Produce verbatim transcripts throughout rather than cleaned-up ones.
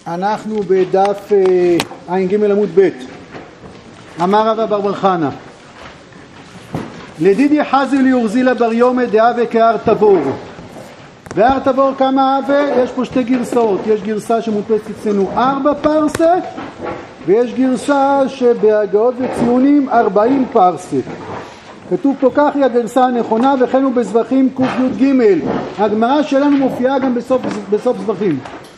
אנחנו בדף עין ג' עמוד ב'. אמר רבא בר בר חנה לדידי חזי ליורזילה בר יומא דהווה כהר תבור. בהר תבור כמה הווה? יש פה שתי גרסאות. יש גרסה שמודפסת אצלנו ארבע פרסה, ויש גרסה שבהגאות וציונים ארבעים פרסה. כתוב פה כך היא הגרסה הנכונה, וכן הוא בזבחים ק"י. הגמרא שלנו מופיעה גם בסוף, בסוף זבחים.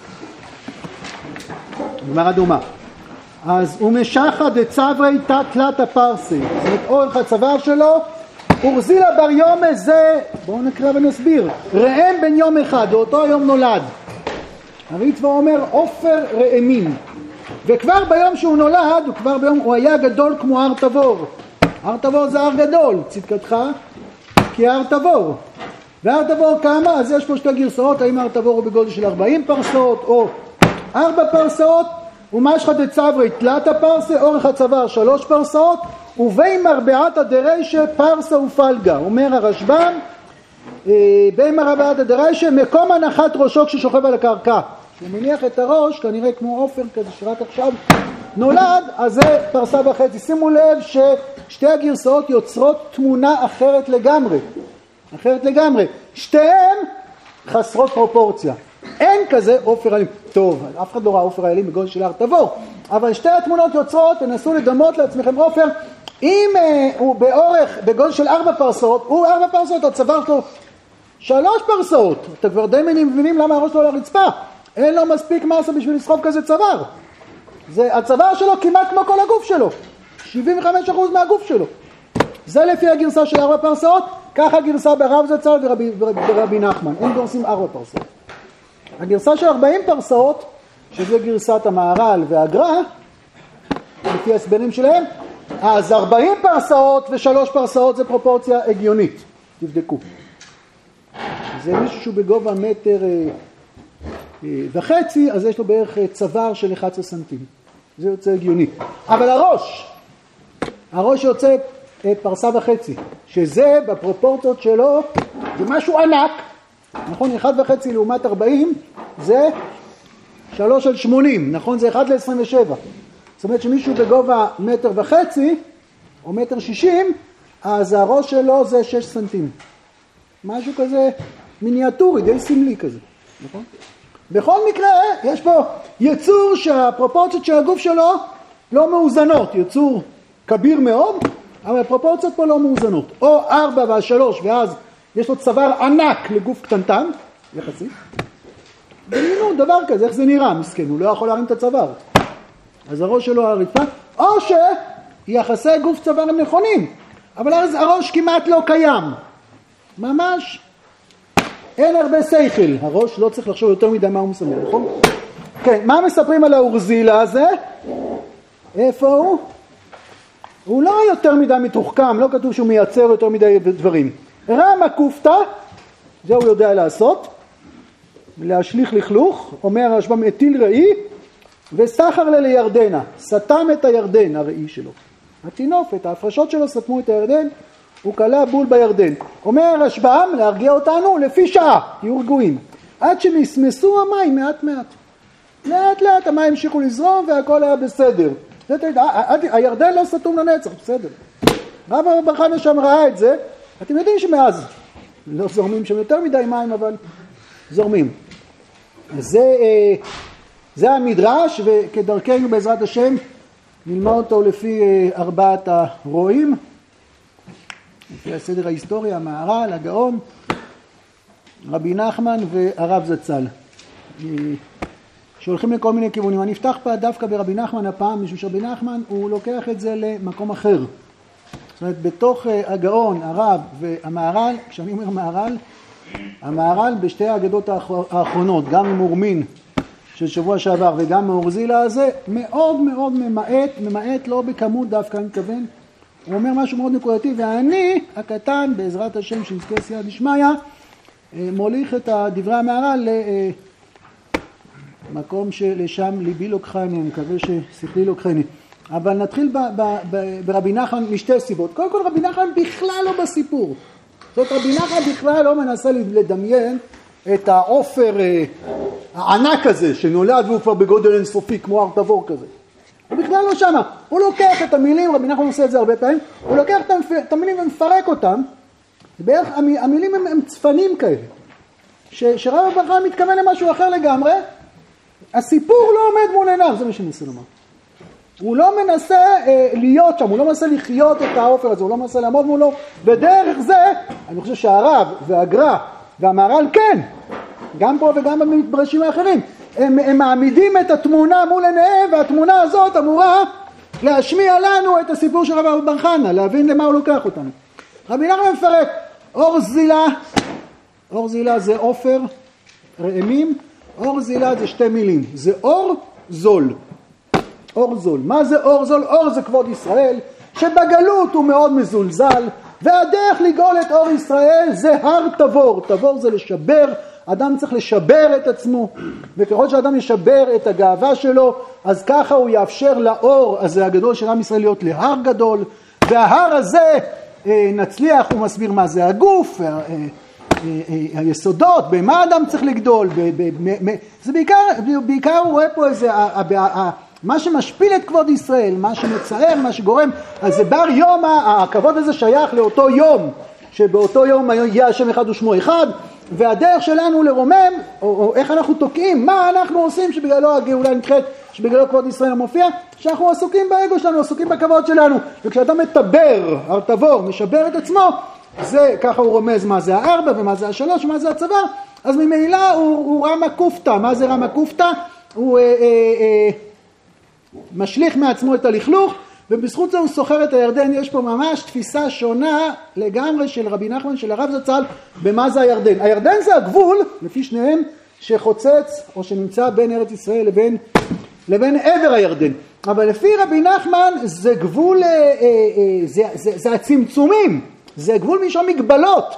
גמרא דומה. אז הוא משחד דצברי תלת הפרסי, זאת אומרת אורך הצוואר שלו. אורזילה בר יומא זה, בואו נקרא ונסביר, ראם בן יום אחד, באותו יום נולד. הריטב"א אומר עופר ראמים, וכבר ביום שהוא נולד, הוא כבר ביום, הוא היה גדול כמו הר תבור. הר תבור זה הר גדול, צדקתך כי הר תבור. והר תבור כמה? אז יש פה שתי גרסאות, האם הר תבור הוא בגודל של ארבעים פרסאות או ארבע פרסאות. ומשחד דצברי תלת הפרסה, אורך הצוואר שלוש פרסאות, ובין מרבעתא דרישא פרסה ופלגה. אומר הרשב"ם, בין מרבעתא דרישא מקום הנחת ראשו כששוכב על הקרקע. הוא מניח את הראש, כנראה כמו עופר כזה שרק עכשיו נולד, אז זה פרסה וחצי. שימו לב ששתי הגרסאות יוצרות תמונה אחרת לגמרי. אחרת לגמרי. שתיהן חסרות פרופורציה. אין כזה עופר איילים. טוב, אף אחד לא ראה עופר איילים בגודל של הר תבור, אבל שתי התמונות יוצרות, תנסו לדמות לעצמכם עופר. אם אה, הוא באורך, בגודל של ארבע פרסאות, הוא ארבע פרסאות, הצוואר שלו שלוש פרסאות. אתה כבר די מבינים למה הראש שלו על הרצפה. אין לו מספיק מסה בשביל לסחוב כזה צוואר. זה, הצוואר שלו כמעט כמו כל הגוף שלו. שבעים וחמישה אחוז מהגוף שלו. זה לפי הגרסה של ארבע פרסאות, ככה גרסה ברב זצ"ל ורבי, ורבי נחמן. אין גורסים ארבע פרסאות. הגרסה של ארבעים פרסאות, שזה גרסת המהר"ל והגר"א, לפי הסברים שלהם, אז ארבעים פרסאות ושלוש פרסאות זה פרופורציה הגיונית. תבדקו. זה מישהו שהוא בגובה מטר אה, אה, וחצי, אז יש לו בערך צוואר של אחד עשר סנטים. זה יוצא הגיוני. אבל הראש, הראש יוצא אה, פרסה וחצי, שזה בפרופורציות שלו, זה משהו ענק. נכון, אחד וחצי לעומת ארבעים, זה שלוש על שמונים, נכון? זה אחד לעשרים ושבע. זאת אומרת שמישהו בגובה מטר וחצי, או מטר שישים, אז הראש שלו זה שש סנטים. משהו כזה מיניאטורי, די סמלי כזה, נכון? בכל מקרה, יש פה יצור שהפרופורציות של הגוף שלו לא מאוזנות, יצור כביר מאוד, אבל הפרופורציות פה לא מאוזנות. או ארבע והשלוש, ואז יש לו צוואר ענק לגוף קטנטן, יחסית. דמיינו דבר כזה, איך זה נראה, מסכן, הוא לא יכול להרים את הצוואר. אז הראש שלו על הרצפה, או שיחסי גוף צוואר הם נכונים, אבל אז הראש כמעט לא קיים. ממש אין הרבה שכל, הראש לא צריך לחשוב יותר מדי מה הוא מסמל, נכון? כן, מה מספרים על האורזילה הזה? איפה הוא? הוא לא יותר מדי מתוחכם, לא כתוב שהוא מייצר יותר מדי דברים. רמה קופתא, זה הוא יודע לעשות, להשליך לכלוך, אומר הרשב"ם הטיל ראי, וסחר לה לירדנה, סתם את הירדן הראי שלו. התינופת, ההפרשות שלו סתמו את הירדן, הוא קלה בול בירדן. אומר הרשב"ם, להרגיע אותנו, לפי שעה, תהיו רגועים, עד שמסמסו המים מעט מעט. לאט לאט המים המשיכו לזרום והכל היה בסדר. הירדן לא סתום לנצח, בסדר. רב בר חנה שם ראה את זה, אתם יודעים שמאז לא זורמים שם יותר מדי מים, אבל זורמים. זה, זה המדרש, וכדרכנו בעזרת השם נלמד אותו לפי ארבעת הרועים, לפי הסדר ההיסטוריה, המהר"ל, הגאון, רבי נחמן והרב זצ"ל, שהולכים לכל מיני כיוונים. אני אפתח פה דווקא ברבי נחמן הפעם, משום שרבי נחמן הוא לוקח את זה למקום אחר. זאת אומרת, בתוך הגאון, הרב והמהר"ל, כשאני אומר מהר"ל, המהר"ל בשתי האגדות האחרונות, גם ממורמין של שבוע שעבר וגם מאורזילה הזה, מאוד מאוד ממעט, ממעט לא בכמות דווקא, אני מתכוון, הוא אומר משהו מאוד נקודתי, ואני הקטן, בעזרת השם שנזכה סייעתא דשמיא, מוליך את דברי המהר"ל למקום שלשם ליבי לוקחני, אני מקווה ששכלי לוקחני. אבל נתחיל ב, ב, ב, ברבי נחמן משתי סיבות. קודם כל, רבי נחמן בכלל לא בסיפור. זאת רבי נחמן בכלל לא מנסה לדמיין את העופר הענק הזה שנולד והוא כבר בגודל אינסופי כמו הר תבור כזה. הוא בכלל לא שמה, הוא לוקח את המילים, רבי נחמן עושה את זה הרבה פעמים, הוא לוקח את המילים ומפרק אותם, בערך המילים הם, הם צפנים כאלה, ש, שרב הברכה מתכוון למשהו אחר לגמרי, הסיפור לא עומד מול עיניו, זה מה שאני מנסה לומר. הוא לא מנסה אה, להיות שם, הוא לא מנסה לחיות את העופר הזה, הוא לא מנסה לעמוד מולו, ודרך זה, אני חושב שהרב והגר"א והמהר"ל כן, גם פה וגם במדרשים האחרים, הם, הם מעמידים את התמונה מול עיניהם, והתמונה הזאת אמורה להשמיע לנו את הסיפור של רב בר חנא, להבין למה הוא לוקח אותנו. רבי נחמן מפרק, אור זילה, אור זילה זה עופר, ראמים, אור זילה זה שתי מילים, זה אור זול. אור זול. מה זה אור זול? אור זה כבוד ישראל, שבגלות הוא מאוד מזולזל, והדרך לגאול את אור ישראל זה הר תבור. תבור זה לשבר, אדם צריך לשבר את עצמו, וככל שאדם ישבר את הגאווה שלו, אז ככה הוא יאפשר לאור הזה הגדול של עם ישראל להיות להר גדול, וההר הזה נצליח, הוא מסביר מה זה הגוף, היסודות, במה אדם צריך לגדול, זה בעיקר, בעיקר הוא רואה פה איזה, מה שמשפיל את כבוד ישראל, מה שמצער, מה שגורם, אז זה בר יום, הכבוד הזה שייך לאותו יום, שבאותו יום יהיה השם אחד ושמו אחד, והדרך שלנו לרומם, או, או איך אנחנו תוקעים, מה אנחנו עושים שבגללו הגאולה נדחית, שבגללו כבוד ישראל מופיע, שאנחנו עסוקים באגו שלנו, עסוקים בכבוד שלנו, וכשאדם מטבר, הר תבור, משבר את עצמו, זה ככה הוא רומז מה זה הארבע ומה זה השלוש ומה זה הצוואר, אז ממילא הוא, הוא רמה קופתא. מה זה רמה קופתא? הוא אה, אה, אה, משליך מעצמו את הלכלוך, ובזכות זה הוא סוחר את הירדן. יש פה ממש תפיסה שונה לגמרי של רבי נחמן, של הרב זצ"ל, במה זה הירדן. הירדן זה הגבול, לפי שניהם, שחוצץ או שנמצא בין ארץ ישראל לבין, לבין עבר הירדן. אבל לפי רבי נחמן זה גבול, אה, אה, אה, זה, זה, זה הצמצומים, זה גבול משום מגבלות.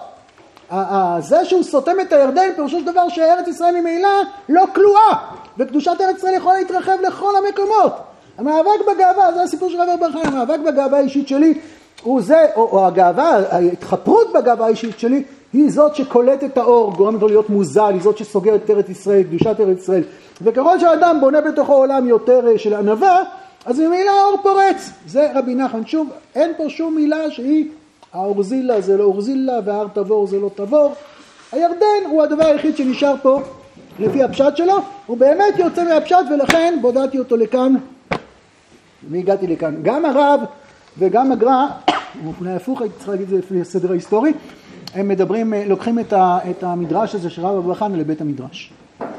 זה שהוא סותם את הירדן, פירושו של דבר שארץ ישראל ממילא לא כלואה, וקדושת ארץ ישראל יכולה להתרחב לכל המקומות. המאבק בגאווה, זה הסיפור של רב בר חנא, המאבק בגאווה האישית שלי, הוא זה, או, או הגאווה, ההתחפרות בגאווה האישית שלי, היא זאת שקולטת את האור, גורמת לו להיות מוזל, היא זאת שסוגרת את ארץ ישראל, קדושת ארץ ישראל. וככל שהאדם בונה בתוכו עולם יותר של ענווה, אז ממילא האור פורץ. זה רבי נחמן. שוב, אין פה שום מילה שהיא, האורזילה זה לא אורזילה, וההר תבור זה לא תבור. הירדן הוא הדבר היחיד שנשאר פה, לפי הפשט שלו, הוא באמת יוצא מהפשט, ולכן בודעתי אותו לכאן, והגעתי לכאן. גם הרב וגם הגר"א, אולי הפוך, הייתי צריך להגיד את זה לפי הסדר ההיסטורי, הם מדברים, לוקחים את, ה, את המדרש הזה של רב בר חנא לבית המדרש.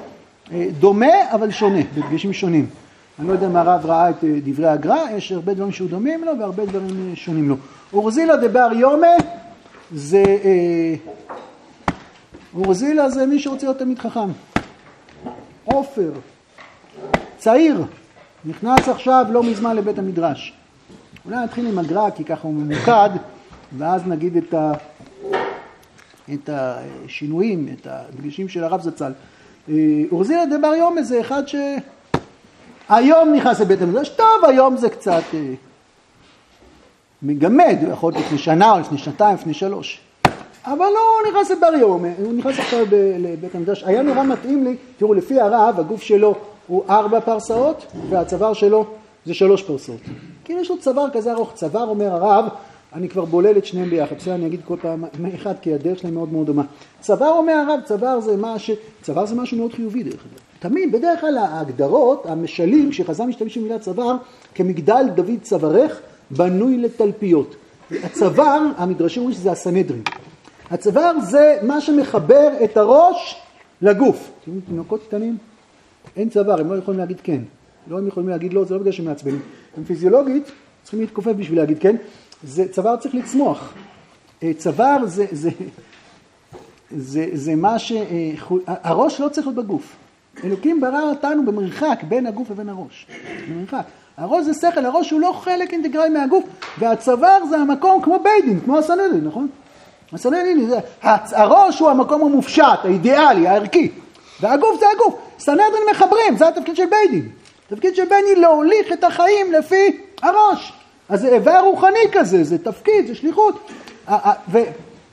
דומה אבל שונה, בדגשים שונים. אני לא יודע מה הרב ראה את דברי הגר"א, יש הרבה דברים שהוא דומים לו והרבה דברים שונים לו. אורזילה דבר יומא, זה, אורזילה זה מי שרוצה להיות תמיד חכם. עופר, צעיר, נכנס עכשיו לא מזמן לבית המדרש. אולי נתחיל עם הגר"א כי ככה הוא ממוקד, ואז נגיד את, ה, את השינויים, את הדגשים של הרב זצ"ל. אורזילה דבר יומא זה אחד שהיום נכנס לבית המדרש, טוב היום זה קצת מגמד, הוא יכול להיות לפני שנה או לפני שנתיים, לפני שלוש. אבל לא, הוא נכנס לבר יומא, הוא נכנס עכשיו לבית המדרש. היה נורא מתאים לי, תראו, לפי הרב, הגוף שלו הוא ארבע פרסאות, והצוואר שלו זה שלוש פרסאות. כאילו יש לו צוואר כזה ארוך, צוואר אומר הרב, אני כבר בולל את שניהם ביחד, בסדר, אני אגיד כל פעם אחד, כי הדרך שלהם מאוד מאוד דומה. צוואר אומר הרב, צוואר זה, מש... צוואר זה משהו מאוד חיובי דרך כלל. תמיד, בדרך כלל ההגדרות, המשלים, שחז"ל משתמשים במילה צוואר, כמגדל דוד צווארך, בנוי לתלפיות. הצוואר, המדרשים אומרים שזה הסנהדרין. הצוואר זה מה שמחבר את הראש לגוף. תראו, תינוקות קטנים, אין צוואר, הם לא יכולים להגיד כן. לא הם יכולים להגיד לא, זה לא בגלל שהם מעצבנים. הם פיזיולוגית צריכים להתכופף בשביל להגיד כן. זה, צוואר צריך לצמוח. צוואר זה, זה, זה, זה מה ש... הראש לא צריך להיות בגוף. אלוקים ברא אותנו במרחק בין הגוף לבין הראש. במרחק. הראש זה שכל, הראש הוא לא חלק אינטגרלי מהגוף, והצוואר זה המקום כמו בית-דין, כמו הסנהדרין, נכון? הסנהדרין, זה, הראש הוא המקום המופשט, האידיאלי, הערכי, והגוף זה הגוף. סנהדרין מחברים, זה התפקיד של בית-דין. התפקיד של בית-דין להוליך את החיים לפי הראש. אז זה איבר רוחני כזה, זה תפקיד, זה שליחות.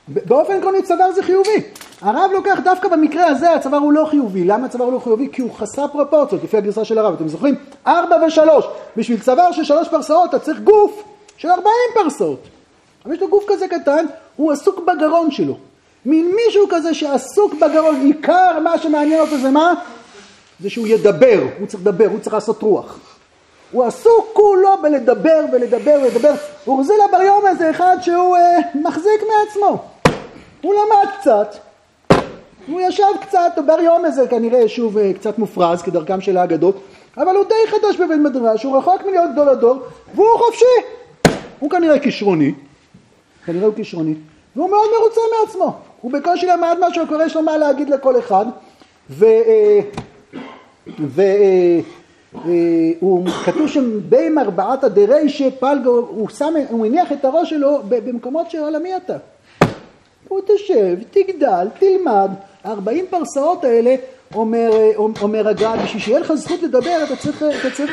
באופן עקרוני צוואר זה חיובי. הרב לוקח דווקא במקרה הזה, הצוואר הוא לא חיובי. למה הצוואר לא חיובי? כי הוא חסר פרופורציות, לפי הגרסה של הרב. אתם זוכרים? ארבע ושלוש. בשביל צוואר של שלוש פרסאות, אתה צריך גוף של ארבעים פרסאות. אבל יש לו גוף כזה קטן, הוא עסוק בגרון שלו. מין מישהו כזה שעסוק בגרון, עיקר מה שמעניין אותו זה מה? זה שהוא ידבר, הוא צריך לדבר, הוא צריך לעשות רוח. הוא עסוק כולו בלדבר ולדבר ולדבר. אורזיל בר יומא זה אחד שהוא אה, מחזיק מעצמו. הוא למד קצת, הוא ישב קצת, בר יומא זה כנראה שוב אה, קצת מופרז כדרכם של האגדות, אבל הוא די חדש בבית מדרש, הוא רחוק מלהיות גדול הדור, והוא חופשי. הוא כנראה כישרוני, כנראה הוא כישרוני, והוא מאוד מרוצה מעצמו. הוא בקושי למד משהו, הוא קורא, יש לו מה להגיד לכל אחד, ו... אה, ו... אה, הוא כתוב שם בין ארבעת הדרי שפלגו, הוא שם, הוא הניח את הראש שלו במקומות של מי אתה. הוא תשב, תגדל, תלמד. ארבעים פרסאות האלה, אומר, אומר הגד, בשביל שיהיה לך זכות לדבר, אתה צריך, אתה צריך,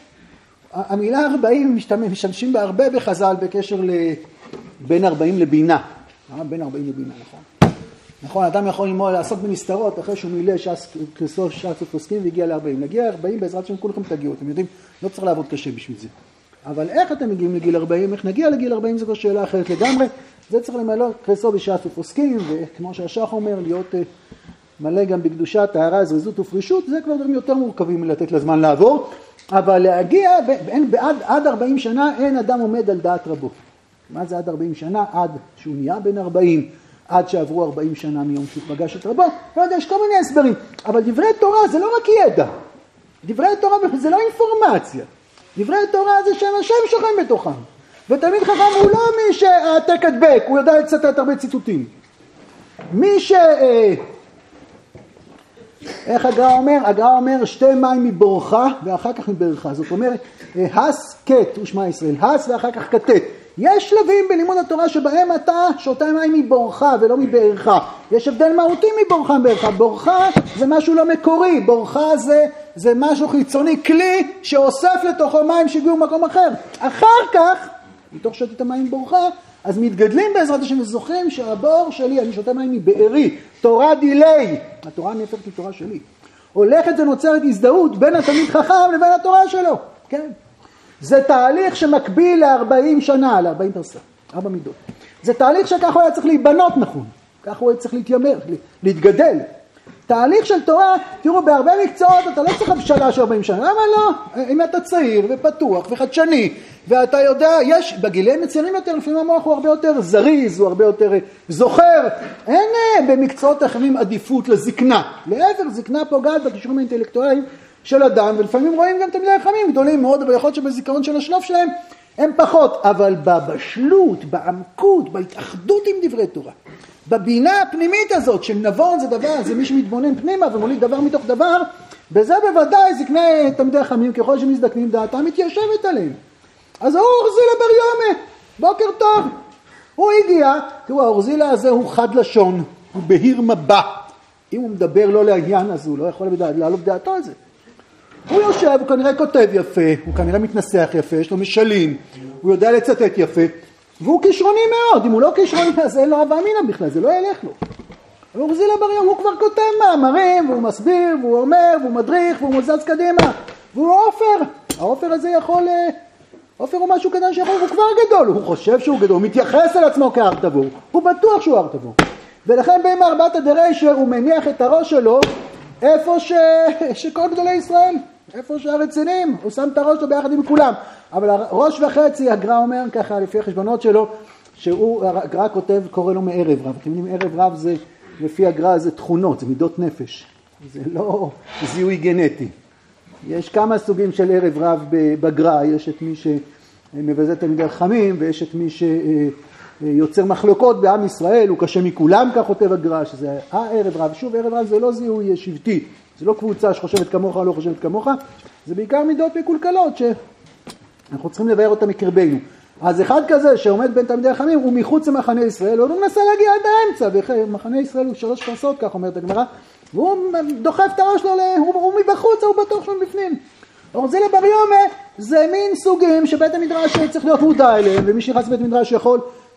המילה ארבעים משתמשים בה הרבה בחז"ל בקשר לבין ארבעים לבינה. בין ארבעים לבינה, נכון? נכון, אדם יכול ללמוד לעסוק בנסתרות אחרי שהוא מילא כסוף שעת ופוסקים והגיע ל-ארבעים. להגיע ל-ארבעים בעזרת שם כולכם תגיעו, אתם יודעים, לא צריך לעבוד קשה בשביל זה. אבל איך אתם מגיעים לגיל ארבעים? איך נגיע לגיל ארבעים זו שאלה אחרת לגמרי. זה צריך למלא כסוף בשעת ופוסקים, וכמו שהשח אומר, להיות מלא גם בקדושת, טהרה, זריזות ופרישות, זה כבר דברים יותר מורכבים מלתת לזמן לעבור. אבל להגיע, בעד, עד ארבעים שנה אין אדם עומד על דעת רבו. מה זה עד ארבעים שנה? עד שהוא נהיה בין ארבעים. עד שעברו ארבעים שנה מיום שהוא פגש את רבו, לא יודע, יש כל מיני הסברים, אבל דברי תורה זה לא רק ידע, דברי תורה זה לא אינפורמציה, דברי תורה זה שם השם שוכן בתוכם, ותלמיד חכם הוא לא מי שהעתק הדבק, הוא יודע לצטט הרבה ציטוטים, מי ש... איך הגר"א אומר? הגר"א אומר שתי מים מבורך ואחר כך מברך, זאת אומרת, הס קט ושמע ישראל, הס ואחר כך קטט, יש שלבים בלימוד התורה שבהם אתה שותה מים מבורך ולא מבארך. יש הבדל מהותי מבורך מבארך. בורך זה משהו לא מקורי. בורך זה, זה משהו חיצוני, כלי שאוסף לתוכו מים שהגיעו במקום אחר. אחר כך, מתוך שתית המים מבורך, אז מתגדלים בעזרת השם וזוכרים שהבור שלי, אני שותה מים מבארי. תורה דילי. התורה נהפכת לתורה שלי. הולכת ונוצרת הזדהות בין התלמיד חכם לבין התורה שלו. כן? זה תהליך שמקביל ל-ארבעים שנה, ל-ארבעים פרסה, ארבע מידות. זה תהליך שכך הוא היה צריך להיבנות נכון, כך הוא היה צריך להתיימר, להתגדל. תהליך של תורה, תראו, בהרבה מקצועות אתה לא צריך הבשלה של ארבעים שנה, למה לא? אם אתה צעיר ופתוח וחדשני, ואתה יודע, יש, בגילים מציינים יותר, לפעמים המוח הוא הרבה יותר זריז, הוא הרבה יותר זוכר, אין במקצועות אחרים עדיפות לזקנה. להפך, זקנה פוגעת בכישורים האינטלקטואליים, של אדם, ולפעמים רואים גם תלמידי חכמים גדולים מאוד, אבל יכול להיות שבזיכרון של השלוף שלהם הם פחות, אבל בבשלות, בעמקות, בהתאחדות עם דברי תורה, בבינה הפנימית הזאת של נבון זה דבר, זה מי שמתבונן פנימה ומוליד דבר מתוך דבר, בזה בוודאי זקני תלמידי חכמים ככל שמזדקנים דעתם מתיישבת עליהם. אז הוא אורזילה בר יומא, בוקר טוב, הוא הגיע, תראו האורזילה הזה הוא חד לשון, הוא בהיר מבט, אם הוא מדבר לא לעניין אז הוא לא יכול לעלות דעתו על זה. הוא יושב, הוא כנראה כותב יפה, הוא כנראה מתנסח יפה, יש לו משלים, הוא יודע לצטט יפה, והוא כישרוני מאוד, אם הוא לא כישרוני אז אין לו הווה אמינא בכלל, זה לא ילך לו. אבל אורזילה בר יומא הוא כבר כותב מאמרים, והוא מסביר, והוא אומר, והוא מדריך, והוא מוזז קדימה, והוא עופר, העופר הזה יכול, עופר הוא משהו קטן שיכול, הוא כבר גדול, הוא חושב שהוא גדול, הוא מתייחס על עצמו כאר תבור, הוא בטוח שהוא אר תבור. ולכן בין ארבעת הדריישר הוא מניח את הראש שלו, איפה ש... שכל גדולי ישראל, איפה שהרצינים, הוא שם את הראש שלו ביחד עם כולם. אבל הראש וחצי, הגר"א אומר ככה, לפי החשבונות שלו, שהוא, הגר"א כותב, קורא לו מערב רב. אתם יודעים, ערב רב זה, לפי הגר"א זה תכונות, זה מידות נפש. זה לא זיהוי גנטי. יש כמה סוגים של ערב רב בגר"א, יש את מי שמבזה תלמידי חכמים, ויש את מי ש... יוצר מחלוקות בעם ישראל, הוא קשה מכולם, כך כותב הגר"א, שזה הערב רב. שוב, ערב רב זה לא זיהוי שבטי, זה לא קבוצה שחושבת כמוך או לא חושבת כמוך, זה בעיקר מידות מקולקלות שאנחנו צריכים לבאר אותה מקרבנו. אז אחד כזה שעומד בין תלמידי חכמים, הוא מחוץ למחנה ישראל, הוא מנסה להגיע עד האמצע, ומחנה ישראל הוא שלוש פרסות, כך אומרת הגמרא, והוא דוחף את הראש שלו, הוא, הוא מבחוץ, הוא בטוח שהוא בפנים. אורזילה בר יומא זה מין סוגים שבית המדרש צריך להיות מודע אליהם, ומי שיחס בית המדרש יכול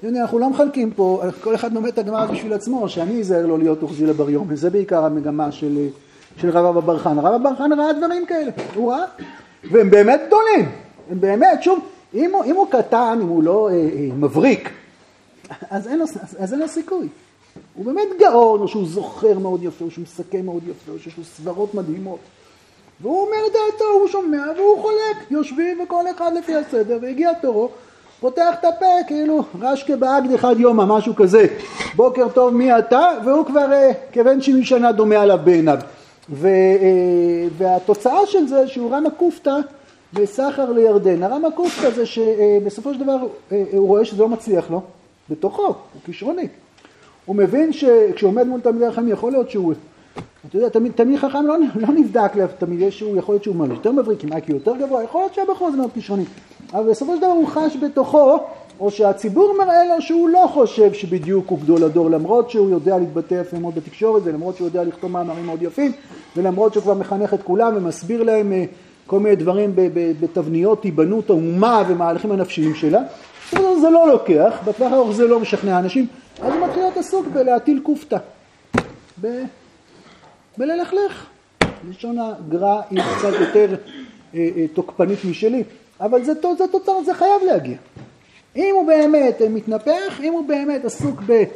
אנחנו לא מחלקים פה, כל אחד לומד את הגמרא בשביל עצמו, שאני אזהר לו להיות אורזילה בר יום, וזה בעיקר המגמה של, של רב אבא בר חנא. רב אבא בר חנא ראה דברים כאלה, הוא ראה, והם באמת גדולים, הם באמת, שוב, אם הוא, אם הוא קטן, אם הוא לא אה, אה, מבריק, אז אין לו, אז אין לו סיכוי. הוא באמת גאון, או שהוא זוכר מאוד יפה, או שהוא מסכם מאוד יפה, או שיש לו סברות מדהימות. והוא אומר דעתו, הוא שומע והוא חולק, יושבים וכל אחד לפי הסדר, והגיע תורו, פותח את הפה, כאילו רשקה באגד אחד יומה, משהו כזה, בוקר טוב מי אתה, והוא כבר אה, כבן שבעים שנה דומה עליו בעיניו. ו, אה, והתוצאה של זה שהוא רם הקופתא בסחר לירדן. הרם הקופתא זה שבסופו של דבר אה, הוא רואה שזה לא מצליח לו, בתוכו, הוא כישרוני. הוא מבין שכשהוא עומד מול תלמידי חכמים יכול להיות שהוא, אתה יודע, תמיד, תמיד חכם לא, לא נבדק תמיד שהוא יכול להיות שהוא מלא, יותר מבריק, עם איי קיו יותר גבוה, יכול להיות שהבחור זה מאוד כישרוני. אבל בסופו של דבר הוא חש בתוכו, או שהציבור מראה לו שהוא לא חושב שבדיוק הוא גדול הדור, למרות שהוא יודע להתבטא יפה מאוד בתקשורת, ולמרות שהוא יודע לכתוב מאמרים מאוד יפים, ולמרות שהוא כבר מחנך את כולם ומסביר להם כל מיני דברים בתבניות היבנות האומה ומהלכים הנפשיים שלה. זה לא לוקח, בטווח הארוך זה לא משכנע אנשים, אז הוא מתחיל להיות עסוק בלהטיל קופתא, ב... בללכלך. לשון הגר"א היא קצת יותר אה, אה, תוקפנית משלי, אבל זה, זה תוצר, זה חייב להגיע. אם הוא באמת מתנפח, אם הוא באמת עסוק ב...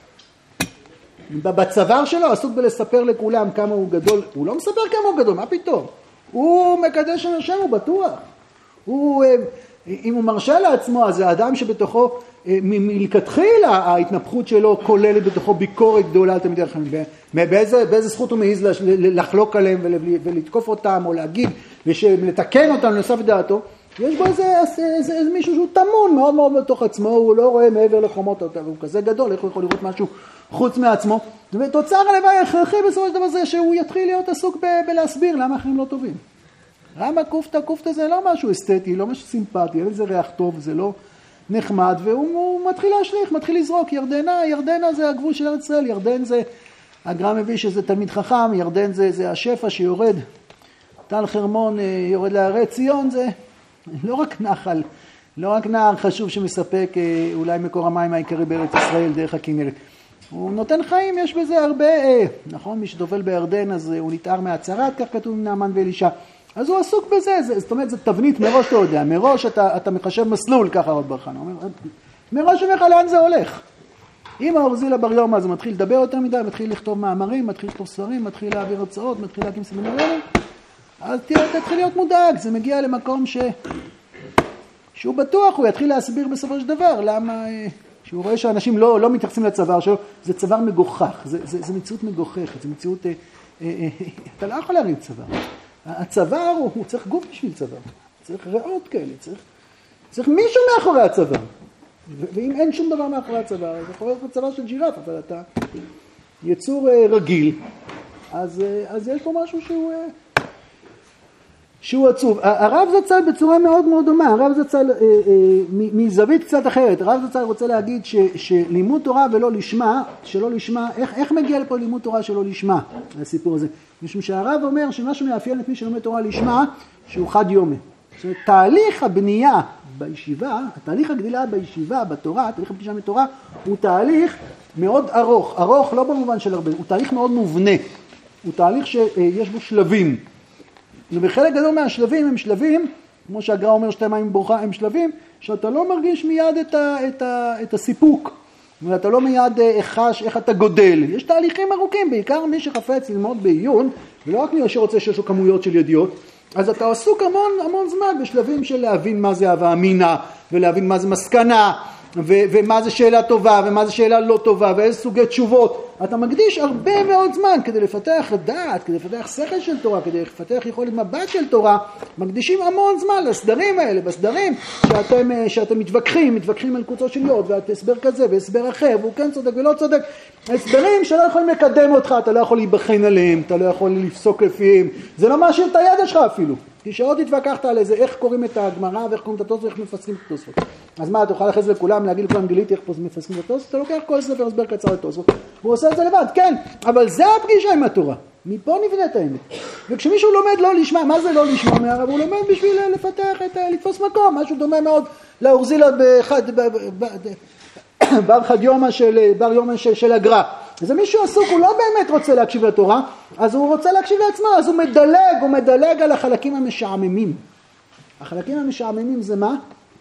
בצוואר שלו, עסוק בלספר לכולם כמה הוא גדול, הוא לא מספר כמה הוא גדול, מה פתאום? הוא מקדש שם השם, הוא בטוח. הוא... אה, אם הוא מרשה לעצמו, אז זה האדם שבתוכו, מלכתחילה ההתנפחות שלו כוללת בתוכו ביקורת גדולה על תלמידי חכמים. באיזה, באיזה זכות הוא מעז לחלוק עליהם ולתקוף אותם או להגיד ולתקן אותם לנוסף דעתו. יש בו איזה, איזה, איזה מישהו שהוא תמון מאוד מאוד בתוך עצמו, הוא לא רואה מעבר לחומות אותה, הוא כזה גדול, איך הוא יכול לראות משהו חוץ מעצמו. ותוצר הלוואי הכרחי בסופו של דבר זה שהוא יתחיל להיות עסוק ב- בלהסביר למה אחרים לא טובים. למה קופתא, קופתא זה לא משהו אסתטי, לא משהו סימפטי, אין זה ריח טוב, זה לא נחמד, והוא מתחיל להשליך, מתחיל לזרוק, ירדנה, ירדנה זה הגבול של ארץ ישראל, ירדן זה, הגר"א מביא שזה תלמיד חכם, ירדן זה, זה השפע שיורד, טל חרמון יורד להרי ציון, זה לא רק נחל, לא רק נהר חשוב שמספק אולי מקור המים העיקרי בארץ ישראל דרך הכנרת, הוא נותן חיים, יש בזה הרבה, נכון, מי שדובל בירדן אז הוא נתאר מהצהרת, כך כתוב נעמן ואלישע, אז הוא עסוק בזה, זה, זאת אומרת, זו תבנית מראש, אתה יודע, מראש אתה, אתה מחשב מסלול, ככה רב בר חנא, מראש אומר לך לאן זה הולך. אם האורזילה בר יומא, אז הוא מתחיל לדבר יותר מדי, מתחיל לכתוב מאמרים, מתחיל לכתוב ספרים, מתחיל להעביר הרצאות, מתחיל להקים סמינריונים, אז תתחיל להיות מודאג, זה מגיע למקום ש... שהוא בטוח, הוא יתחיל להסביר בסופו של דבר, למה... שהוא רואה שאנשים לא, לא מתייחסים לצוואר שלו, זה צוואר מגוחך, זה, זה, זה מציאות מגוחכת, זה מציאות... אה, אה, אה, אתה לא יכול להרים צוואר. הצוואר הוא, הוא צריך גוף בשביל צוואר, צריך ריאות כאלה, צריך, צריך מישהו מאחורי הצוואר. ו- ואם אין שום דבר מאחורי הצוואר, זה יכול להיות צוואר של ג'ירף, אבל אתה יצור uh, רגיל, אז, uh, אז יש פה משהו שהוא, uh, שהוא עצוב. הרב זצ"ל בצורה מאוד מאוד דומה, הרב זצ"ל uh, uh, מזווית קצת אחרת, הרב זצ"ל רוצה להגיד ש, שלימוד תורה ולא לשמה, שלא לשמה, איך, איך מגיע לפה לימוד תורה שלא לשמה, הסיפור הזה? משום שהרב אומר שמשהו מאפיין את מי שלומד תורה לשמה, שהוא חד יומי. זאת אומרת, תהליך הבנייה בישיבה, התהליך הגדילה בישיבה, בתורה, תהליך הפגישה מתורה, הוא תהליך מאוד ארוך. ארוך לא במובן של הרבה, הוא תהליך מאוד מובנה. הוא תהליך שיש בו שלבים. ובחלק גדול מהשלבים הם שלבים, כמו שהגר"א אומר שתי מים ברוכה, הם שלבים, שאתה לא מרגיש מיד את, ה, את, ה, את הסיפוק. ואתה לא מיד חש איך אתה גודל. יש תהליכים ארוכים, בעיקר מי שחפץ ללמוד בעיון, ולא רק מי שרוצה שיש לו כמויות של ידיעות, אז אתה עסוק המון המון זמן בשלבים של להבין מה זה הווה אמינא, ולהבין מה זה מסקנה, ו- ומה זה שאלה טובה, ומה זה שאלה לא טובה, ואיזה סוגי תשובות. אתה מקדיש הרבה מאוד זמן כדי לפתח דעת, כדי לפתח שכל של תורה, כדי לפתח יכולת מבט של תורה, מקדישים המון זמן לסדרים האלה, בסדרים שאתם, שאתם מתווכחים, מתווכחים על קבוצות של יוד, ואת הסבר כזה והסבר אחר, והוא כן צודק ולא צודק. הסברים שלא יכולים לקדם אותך, אתה לא יכול להיבחן עליהם, אתה לא יכול לפסוק לפיהם, זה לא משאיר את הידע שלך אפילו. כי שעוד התווכחת על איזה, איך קוראים את הגמרא ואיך קוראים את התוספות ואיך מפסקים את התוספות. אז מה, אתה אוכל אחרי זה לכולם, להגיד לכולם גיליתי איך מפסקים את התוספות? אתה לוקח כל ספר הסבר קצר לתוספות, הוא עושה את זה לבד, כן, אבל זה הפגישה עם התורה. מפה נבנית האמת. וכשמישהו לומד לא לשמה, מה זה לא לשמה מהרב? הוא לומד בשביל לפתח, את, לתפוס מקום, משהו דומה מאוד לאורזילה באחד, בר חדיומה של, בר יומא של, של הגר"א. אז מישהו עסוק, הוא לא באמת רוצה להקשיב לתורה, אז הוא רוצה להקשיב לעצמו, אז הוא מדלג, הוא מדלג על החלקים המשעממים. החלקים המשעממים זה מה?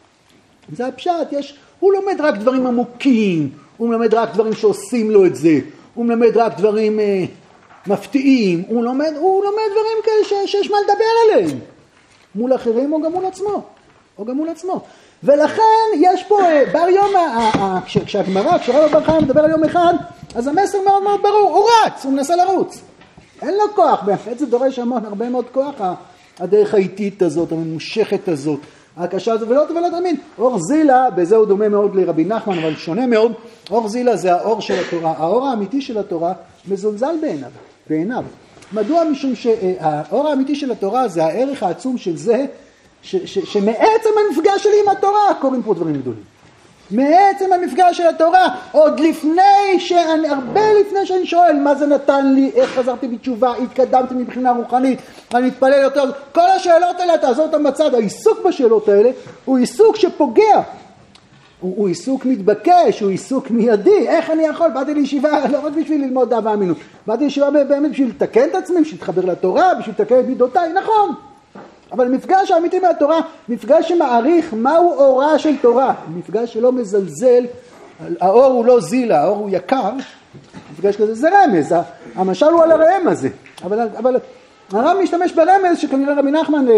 זה הפשט, יש, הוא לומד רק דברים עמוקים, הוא מלמד רק דברים שעושים לו את זה, הוא מלמד רק דברים אה, מפתיעים, הוא לומד, הוא לומד דברים כאלה ש, שיש מה לדבר עליהם, מול אחרים או גם מול עצמו, או גם מול עצמו. ולכן יש פה אה, בר יומא, כש, כשהגמרא, כשרב בר חיים מדבר על יום אחד, אז המסר מאוד מאוד ברור, הוא רץ, הוא מנסה לרוץ. אין לו כוח, באמת זה דורש המון, הרבה מאוד כוח, הדרך האיטית הזאת, הממושכת הזאת, הקשה הזאת, ולא ולא תאמין. אור זילה, בזה הוא דומה מאוד לרבי נחמן, אבל שונה מאוד, אור זילה זה האור של התורה, האור האמיתי של התורה מזולזל בעיניו, בעיניו. מדוע? משום שהאור האמיתי של התורה זה הערך העצום של זה, ש, ש, שמעצם המפגש שלי עם התורה קוראים פה דברים גדולים. מעצם המפגש של התורה, עוד לפני שאני, הרבה לפני שאני שואל מה זה נתן לי, איך חזרתי בתשובה, התקדמתי מבחינה רוחנית, אני מתפלל יותר, כל השאלות האלה, תעזור אותם בצד, העיסוק בשאלות האלה הוא עיסוק שפוגע, הוא, הוא עיסוק מתבקש, הוא עיסוק מיידי, איך אני יכול, באתי לישיבה לא רק בשביל ללמוד דעה ואמינות, באתי לישיבה באמת בשביל לתקן את עצמי, בשביל להתחבר לתורה, בשביל לתקן את מידותיי, נכון. אבל מפגש האמיתי מהתורה, מפגש שמעריך מהו אורה של תורה, מפגש שלא מזלזל, האור הוא לא זילה, האור הוא יקר, מפגש כזה זה רמז, המשל הוא על הרעם הזה, אבל, אבל הרב משתמש ברמז שכנראה רבי נחמן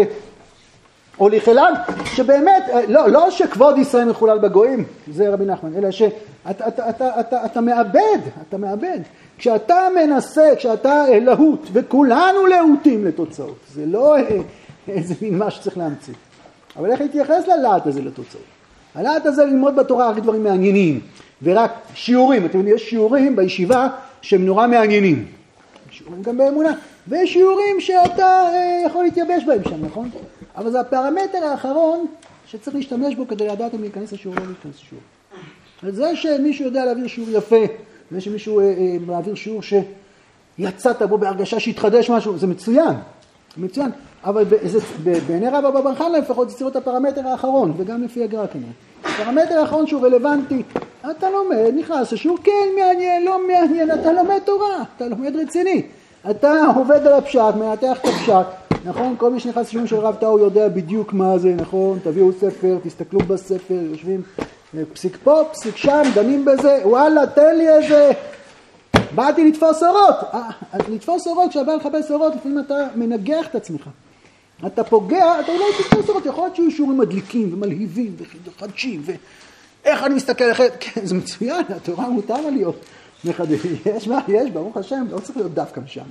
הוליך אליו, שבאמת, לא, לא שכבוד ישראל מחולל בגויים, זה רבי נחמן, אלא שאתה אתה, אתה, אתה, אתה, אתה מאבד, אתה מאבד, כשאתה מנסה, כשאתה להוט, וכולנו להוטים לתוצאות, זה לא איזה מין מה שצריך להמציא. אבל איך להתייחס ללהט הזה לתוצאות? הלהט הזה ללמוד בתורה רק דברים מעניינים, ורק שיעורים, אתם יודעים, יש שיעורים בישיבה שהם נורא מעניינים, שיעורים גם באמונה, ויש שיעורים שאתה אה, יכול להתייבש בהם שם, נכון? אבל זה הפרמטר האחרון שצריך להשתמש בו כדי לדעת אם להיכנס לשיעור או לא להיכנס לשיעור. זה שמישהו יודע להעביר שיעור יפה, זה שמישהו אה, אה, מעביר שיעור שיצאת בו בהרגשה שהתחדש משהו, זה מצוין, מצוין. אבל בעיני רב אבא בר חנה לפחות יציר את הפרמטר האחרון, וגם לפי הגר"א כנראה. הפרמטר האחרון שהוא רלוונטי, אתה לומד, נכנס לשיעור, כן מעניין, לא מעניין, אתה לומד תורה, אתה לומד רציני. אתה עובד על הפשט, מנתח את הפשט, נכון? כל מי שנכנס לשיעור של רב טאו יודע בדיוק מה זה, נכון? תביאו ספר, תסתכלו בספר, יושבים פסיק פה, פסיק שם, דנים בזה, וואלה, תן לי איזה... באתי לתפוס אורות. אז לתפוס אורות, כשאתה בא לחפש אורות, לפעמים אתה מנגח את עצמך. אתה פוגע, אתה אולי תתפוס אורות, יכול להיות שיהיו שיעורים מדליקים ומלהיבים וחדשים, ואיך אני מסתכל אחרת, כן, זה מצוין, התורה מותר להיות מחדש. יש מה, יש, ברוך השם, לא צריך להיות דווקא משם.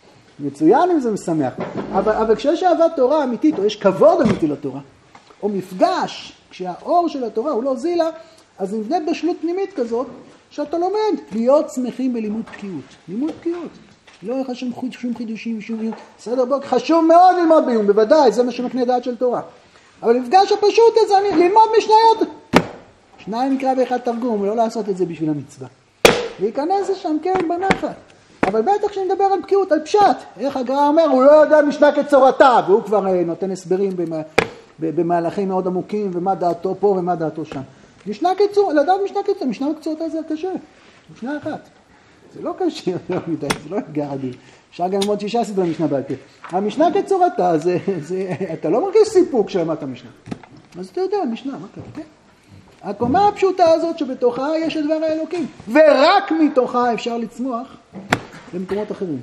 מצוין אם זה משמח. אבל, אבל כשיש אהבת תורה אמיתית, או יש כבוד אמיתי לתורה, או מפגש, כשהאור של התורה הוא לא זילה, אז נבנה בשלות פנימית כזאת, שאתה לומד להיות שמחים בלימוד בקיאות. לימוד בקיאות. לא יהיה חשוב שום חידושים, שום עיון. בסדר, בוא, חשוב מאוד ללמוד בעיון, בוודאי, זה מה שמקנה דעת של תורה. אבל המפגש הפשוט הזה, ללמוד משניות. שניים נקרא באחד תרגום, ולא לעשות את זה בשביל המצווה. להיכנס לשם, כן, בנחת. אבל בטח כשנדבר על בקיאות, על פשט. איך הגר"א אומר, הוא לא יודע משנה כצורתה, והוא כבר נותן הסברים במהלכים מאוד עמוקים, ומה דעתו פה ומה דעתו שם. משנה קצור, לדעת משנה קצור, משנה קצורתה זה קשה. משנה אחת. זה לא קשה יותר מדי, זה לא אתגר עדיף. אפשר גם ללמוד שישה סדרי משנה בעל פה. המשנה כצורתה, זה, זה, אתה לא מרגיש סיפוק שלמדת המשנה. אז אתה יודע, המשנה, מה קרה, כן? הקומה הפשוטה הזאת שבתוכה יש את דבר האלוקים, ורק מתוכה אפשר לצמוח למקומות אחרים.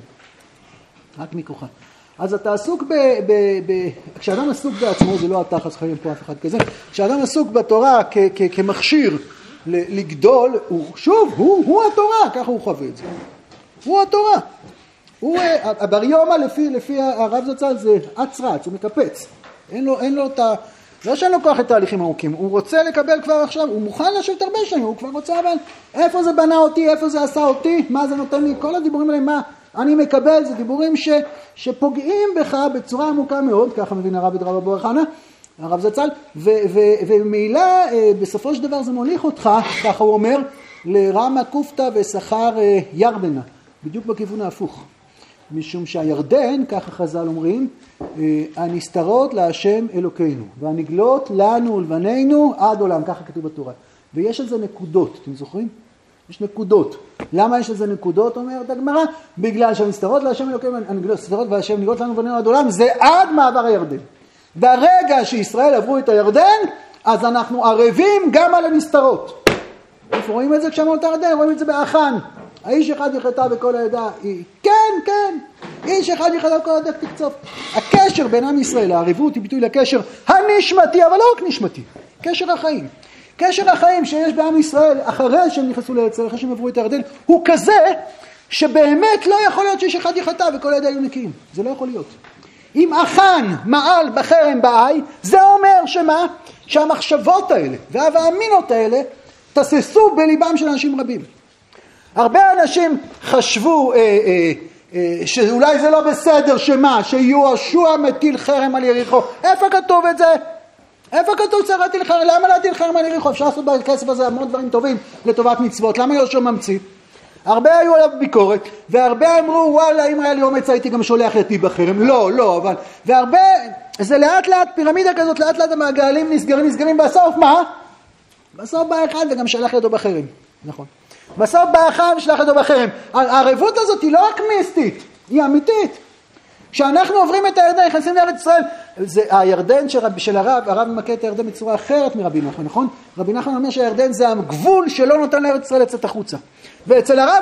רק מכוחה. אז אתה עסוק ב... ב, ב כשאדם עסוק בעצמו, זה לא אתה חס חיים פה אף אחד כזה, כשאדם עסוק בתורה כ, כ, כמכשיר לגדול, הוא, שוב, הוא, הוא התורה, ככה הוא חווה את זה. הוא התורה. הוא, הבר יומא לפי, לפי הרב זצ"ל זה אץ רץ, הוא מקפץ. אין לו, אין לו את ה... לא שאין לו כוח את תהליכים ארוכים, הוא רוצה לקבל כבר עכשיו, הוא מוכן לשבת הרבה שנים, הוא כבר רוצה, אבל איפה זה בנה אותי, איפה זה עשה אותי, מה זה נותן לי, כל הדיבורים האלה, מה אני מקבל, זה דיבורים ש, שפוגעים בך בצורה עמוקה מאוד, ככה מבין הרב את רב אבא בר חנה, הרב זצ"ל, ומעילה בסופו של דבר זה מוליך אותך, ככה הוא אומר, לרמה קופתא ושכר ירדנה, בדיוק בכיוון ההפוך. משום שהירדן, ככה חז"ל אומרים, הנסתרות להשם אלוקינו, והנגלות לנו ולבנינו עד עולם, ככה כתוב בתורה. ויש על זה נקודות, אתם זוכרים? יש נקודות. למה יש על זה נקודות, אומרת הגמרא? בגלל שהמסתרות להשם אלוקים, המסתרות והשם נראות לנו בנינו עד עולם, זה עד מעבר הירדן. ברגע שישראל עברו את הירדן, אז אנחנו ערבים גם על המסתרות. אנחנו רואים את זה כשאמרו את הירדן, רואים את זה באחן. האיש אחד יחטא בכל העדה. כן, כן. איש אחד יחטא בכל העדה תקצוף. הקשר בין עם ישראל, הערבות היא ביטוי לקשר הנשמתי, אבל לא רק נשמתי. קשר החיים. קשר החיים שיש בעם ישראל אחרי שהם נכנסו לארץ ישראל, אחרי שהם עברו את הירדן, הוא כזה שבאמת לא יכול להיות שאיש אחד יחטא וכל העדה היו נקיים. זה לא יכול להיות. אם אחן מעל בחרם בעי, זה אומר שמה? שהמחשבות האלה והאמינות האלה תססו בליבם של אנשים רבים. הרבה אנשים חשבו אה, אה, אה, שאולי זה לא בסדר, שמה? שיהושע מטיל חרם על יריחו. איפה כתוב את זה? איפה כתוב צריך להטיל חרם? למה להטיל חרם על יריחו? אפשר לעשות בכסף הזה המון דברים טובים לטובת מצוות. למה יהושע ממציא? הרבה היו עליו ביקורת, והרבה אמרו, וואלה, אם היה לי אומץ הייתי גם שולח ידי בחרם. לא, לא, אבל... והרבה, זה לאט לאט, פירמידה כזאת, לאט לאט המעגלים נסגרים, נסגרים בסוף, מה? בסוף בא אחד וגם שלח ידו בחרם. נכון. בסוף בא אחד ושלח ידו בחרם. הערבות הזאת היא לא רק מיסטית, היא אמיתית. כשאנחנו עוברים את הירדן, נכנסים לארץ ישראל, זה הירדן של, של הרב, הרב ממקד את הירדן בצורה אחרת מרבי נחמן, נכון? רבי נחמן אומר שהירדן זה הגבול שלא נותן לארץ ישראל לצאת החוצה. ואצל הרב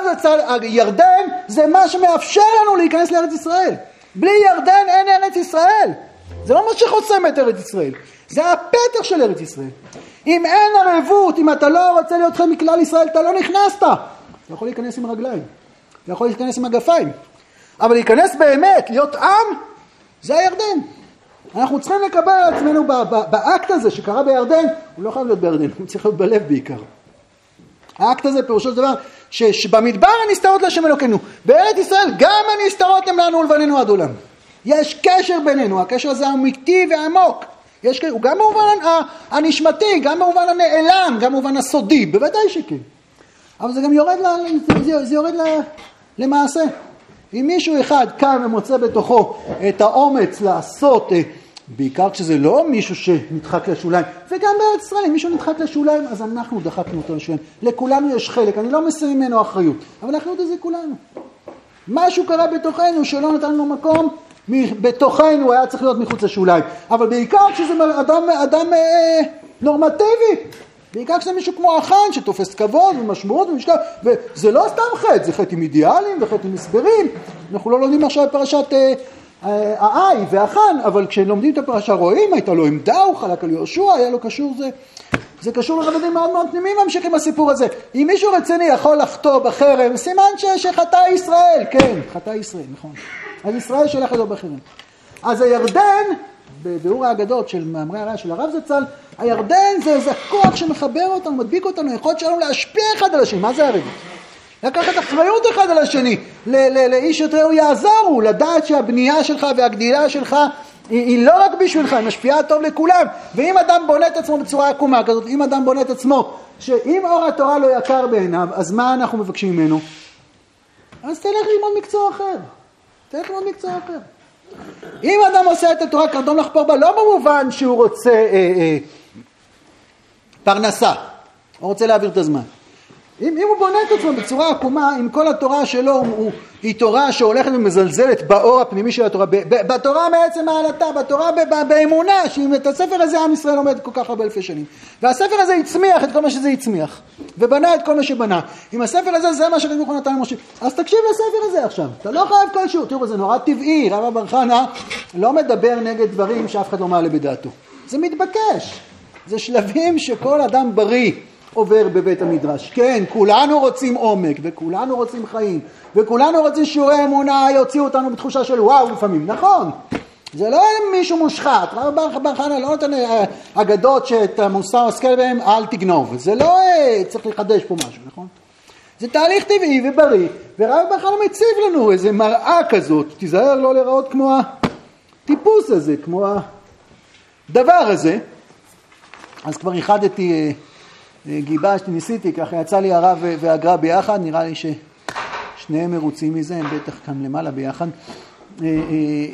הירדן זה מה שמאפשר לנו להיכנס לארץ ישראל. בלי ירדן אין ארץ ישראל. זה לא מה שחוסם את ארץ ישראל. זה הפתח של ארץ ישראל. אם אין ערבות, אם אתה לא רוצה להיות חלק מכלל ישראל, אתה לא נכנסת. אתה יכול להיכנס עם רגליים. אתה יכול להיכנס עם הגפיים. אבל להיכנס באמת, להיות עם, זה הירדן. אנחנו צריכים לקבל על עצמנו באקט הזה שקרה בירדן, הוא לא חייב להיות בירדן, הוא צריך להיות בלב בעיקר. האקט הזה פירושו של דבר, שבמדבר הנסתרות להשם אלוקינו, בארץ ישראל גם הנסתרות הם לנו ולבנינו עד עולם. יש קשר בינינו, הקשר הזה אמיתי ועמוק. יש, הוא גם במובן הנשמתי, גם במובן הנעלם, גם במובן הסודי, בוודאי שכן. אבל זה גם יורד, ל, זה, זה יורד ל, למעשה. אם מישהו אחד קם ומוצא בתוכו את האומץ לעשות, בעיקר כשזה לא מישהו שנדחק לשוליים, וגם בארץ ישראל, אם מישהו נדחק לשוליים, אז אנחנו דחקנו אותו לשוליים. לכולנו יש חלק, אני לא מסיים ממנו אחריות, אבל האחריות הזה כולנו. משהו קרה בתוכנו שלא נתן לנו מקום, בתוכנו היה צריך להיות מחוץ לשוליים. אבל בעיקר כשזה אדם, אדם אה, נורמטיבי, בעיקר כשזה מישהו כמו אחן שתופס כבוד ומשמעות ומשקל, וזה לא סתם חטא, זה חטא עם אידיאלים וחטא עם הסברים. אנחנו לא לומדים עכשיו פרשת אה, אה, האי ואחן, אבל כשלומדים את הפרשה רואים, הייתה לו עמדה, הוא חלק על יהושע, היה לו קשור זה. זה קשור לרבדים מאוד מאוד פנימיים, ממשיכים הסיפור הזה. אם מישהו רציני יכול לחטוא בחרם, סימן ש, שחטא ישראל, כן, חטא ישראל, נכון. אז ישראל שולח את זה בחרם. אז הירדן, בביאור האגדות של מאמרי הרעי של הרב זצ"ל, הירדן זה איזה כוח שמחבר אותנו, מדביק אותנו, יכולת שלנו להשפיע אחד על השני. מה זה הרדות? לקחת אחריות אחד על השני, לאיש את רעהו יעזרו, לדעת שהבנייה שלך והגדילה שלך היא, היא לא רק בשבילך, היא משפיעה טוב לכולם. ואם אדם בונה את עצמו בצורה עקומה כזאת, אם אדם בונה את עצמו, שאם אור התורה לא יקר בעיניו, אז מה אנחנו מבקשים ממנו? אז תלך ללמוד מקצוע אחר. תלך ללמוד מקצוע אחר. אם אדם עושה את התורה קרדום לחפור בה, לא במובן שהוא רוצה אה, אה, פרנסה, הוא רוצה להעביר את הזמן. אם, אם הוא בונה את עצמו בצורה עקומה, אם כל התורה שלו הוא, היא תורה שהולכת ומזלזלת באור הפנימי של התורה, ב, ב, בתורה מעצם העלתה, בתורה ב, ב, באמונה, שאם את הספר הזה עם ישראל עומד כל כך הרבה אלפי שנים, והספר הזה הצמיח את כל מה שזה הצמיח, ובנה את כל מה שבנה. אם הספר הזה זה מה שקדוש ברוך הוא נתן למשה, אז תקשיב לספר הזה עכשיו, אתה לא חייב כלשהו. תראו, זה נורא טבעי, רב בר חנא לא מדבר נגד דברים שאף אחד לא מעלה בדעתו. זה מתבקש, זה שלבים שכל אדם בריא עובר בבית המדרש. כן, כולנו רוצים עומק, וכולנו רוצים חיים, וכולנו רוצים שיעורי אמונה, יוציאו אותנו בתחושה של וואו לפעמים. נכון, זה לא מישהו מושחת. רב בר חנא לא נותן אגדות שאת המוסר השכל בהם, אל תגנוב. זה לא צריך לחדש פה משהו, נכון? זה תהליך טבעי ובריא, ורב בר חנא מציב לנו איזה מראה כזאת, תיזהר לא לראות כמו הטיפוס הזה, כמו הדבר הזה. אז כבר ייחדתי, גיבשתי, ניסיתי, ככה יצא לי הרב והגר"א ביחד, נראה לי ששניהם מרוצים מזה, הם בטח כאן למעלה ביחד.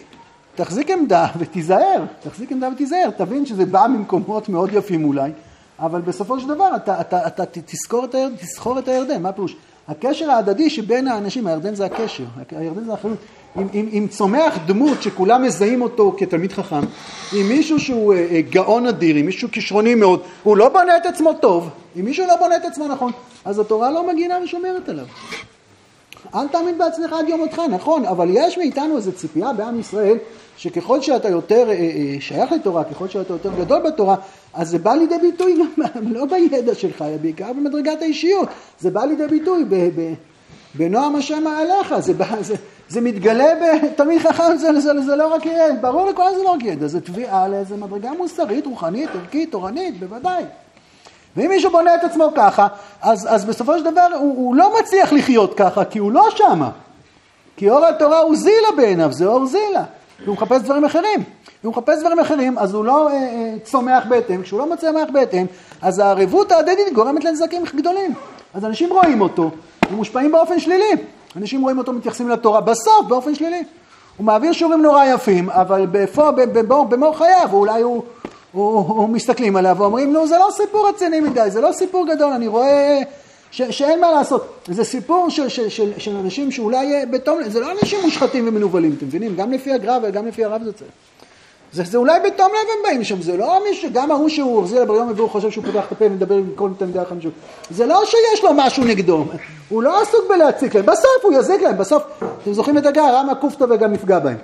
תחזיק עמדה ותיזהר, תחזיק עמדה ותיזהר, תבין שזה בא ממקומות מאוד יפים אולי, אבל בסופו של דבר אתה, אתה, אתה תזכור את הירדן, תזכור את הירדן, מה פירוש? הקשר ההדדי שבין האנשים, הירדן זה הקשר, הירדן זה האחריות. אם, אם, אם צומח דמות שכולם מזהים אותו כתלמיד חכם, אם מישהו שהוא אה, גאון אדיר, אם מישהו כישרוני מאוד, הוא לא בונה את עצמו טוב, אם מישהו לא בונה את עצמו נכון, אז התורה לא מגינה ושומרת עליו. אל תאמין בעצמך עד יום אותך, נכון, אבל יש מאיתנו איזו ציפייה בעם ישראל, שככל שאתה יותר אה, אה, שייך לתורה, ככל שאתה יותר גדול בתורה, אז זה בא לידי ביטוי לא בידע שלך, בעיקר במדרגת האישיות, זה בא לידי ביטוי ב, ב, בנועם השם עליך, זה, זה, זה מתגלה בתלמיד חכם, זה, זה, זה לא רק ידע, ברור לכל זה לא רק ידע, זה תביעה לאיזו מדרגה מוסרית, רוחנית, ערכית, תורנית, בוודאי. ואם מישהו בונה את עצמו ככה, אז, אז בסופו של דבר הוא, הוא לא מצליח לחיות ככה, כי הוא לא שמה. כי אור התורה הוא זילה בעיניו, זה אור זילה. והוא מחפש דברים אחרים. והוא מחפש דברים אחרים, אז הוא לא אה, אה, צומח בהתאם. כשהוא לא מצליח בהתאם, אז הערבות ההדדית גורמת לנזקים גדולים. אז אנשים רואים אותו, הם מושפעים באופן שלילי. אנשים רואים אותו מתייחסים לתורה בסוף באופן שלילי. הוא מעביר שיעורים נורא יפים, אבל בפור, במור, במור חייו, אולי הוא... הוא, הוא מסתכלים עליו ואומרים, נו, זה לא סיפור רציני מדי, זה לא סיפור גדול, אני רואה ש, שאין מה לעשות. זה סיפור של, של, של, של אנשים שאולי בתום, זה לא אנשים מושחתים ומנובלים, אתם מבינים? גם לפי הגר"א וגם לפי הרב זה צריך. זה, זה אולי בתום לב הם באים שם, זה לא מישהו, גם ההוא שהוא הרזיל ביום והוא חושב שהוא פותח את הפה ומדבר עם כל תלמידי החמישה. זה לא שיש לו משהו נגדו, הוא לא עסוק בלהציק להם, בסוף הוא יזיק להם, בסוף, אתם זוכרים את הגר"א, רמה קופתא וגם נפגע בהם.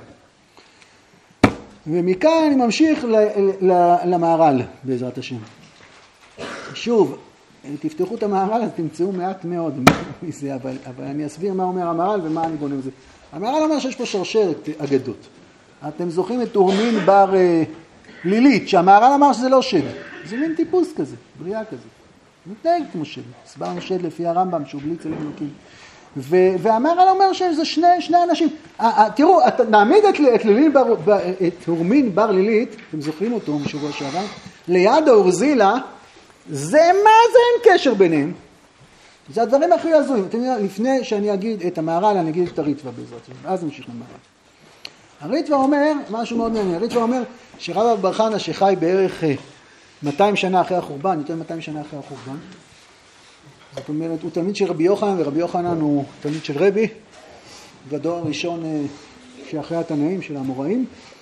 ומכאן אני ממשיך למהר"ל, בעזרת השם. שוב, תפתחו את המהר"ל, אז תמצאו מעט מאוד מזה, אבל, אבל אני אסביר מה אומר המהר"ל ומה אני בונה בזה. המהר"ל אומר שיש פה שרשרת אגדות. אתם זוכרים את אורמין בר לילית, שהמהר"ל אמר שזה לא שד. זה מין טיפוס כזה, בריאה כזה. מתנהג כמו שד. הסברנו שד לפי הרמב"ם, שהוא בלי צלם אלוקים. והמהר"ל אומר שזה שני, שני אנשים. תראו, נעמיד את, את, בר, את אורמין בר לילית, אתם זוכרים אותו משבוע שעבר, ליד האורזילה, זה מה זה אין קשר ביניהם. זה הדברים הכי הזויים. אתם יודעים, לפני שאני אגיד את המהר"ל, אני אגיד את הריטב"א בעזרת השם. אז נמשיך למהר"ל. הריטב"א אומר, משהו מאוד מעניין, הריטב"א אומר שרב אבא בר חנא שחי בערך מאתיים שנה אחרי החורבן, יותר מאתיים שנה אחרי החורבן, זאת אומרת, הוא תלמיד של רבי יוחנן, ורבי יוחנן הוא תלמיד של רבי, גדול הראשון שאחרי התנאים של האמוראים,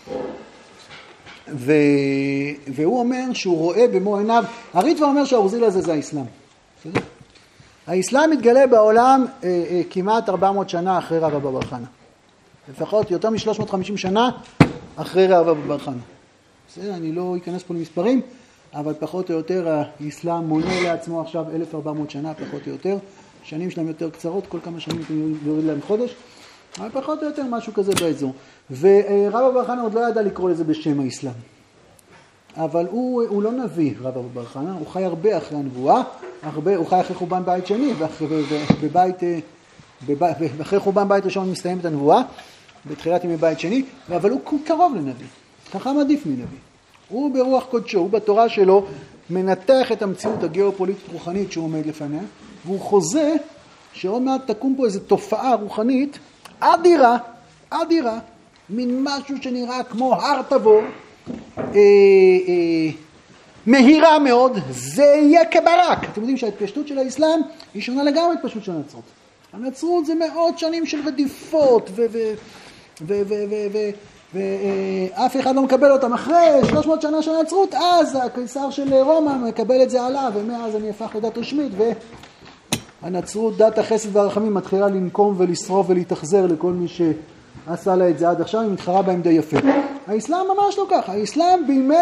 ו... והוא אומר שהוא רואה במו עיניו, הריטב"א אומר שהאורזיל הזה זה האסלאם. בסדר? האסלאם מתגלה בעולם אה, אה, כמעט ארבע מאות שנה אחרי רב אבא בר חנא. לפחות יותר מ-שלוש מאות וחמישים שנה אחרי רב אבא בר חנא. בסדר, אני לא אכנס פה למספרים, אבל פחות או יותר האסלאם מונה לעצמו עכשיו אלף וארבע מאות שנה, פחות או יותר. שנים שלהם יותר קצרות, כל כמה שנים יוריד להם חודש, אבל פחות או יותר משהו כזה באזור. ורב אבא בר חנא עוד לא ידע לקרוא לזה בשם האסלאם. אבל הוא, הוא לא נביא, רב אבא בר חנא, הוא חי הרבה אחרי הנבואה, הרבה, הוא חי אחרי חורבן בית שני, ובבית, אחרי חורבן בית ראשון מסתיימת הנבואה, בתחילת ימי בית שני, אבל הוא קרוב לנביא, חכם עדיף מנביא. הוא ברוח קודשו, הוא בתורה שלו, מנתח את המציאות הגיאופוליטית רוחנית שהוא עומד לפניה, והוא חוזה שעוד מעט תקום פה איזו תופעה רוחנית אדירה, אדירה, מין משהו שנראה כמו הר תבור, אה, אה, מהירה מאוד, זה יהיה כברק. אתם יודעים שההתפשטות של האסלאם היא שונה לגמרי התפשטות של הנצרות. הנצרות זה מאות שנים של רדיפות ו... ו... ו... ו... ו... ו... ואף אחד לא מקבל אותם. אחרי שלוש מאות שנה של הנצרות, אז הקיסר של רומא מקבל את זה עליו, ומאז אני הפך לדת רשמית, והנצרות, דת החסד והרחמים, מתחילה לנקום ולשרוף ולהתאכזר לכל מי שעשה לה את זה עד עכשיו, היא מתחרה בהם די יפה. האסלאם ממש לא ככה. האסלאם בימי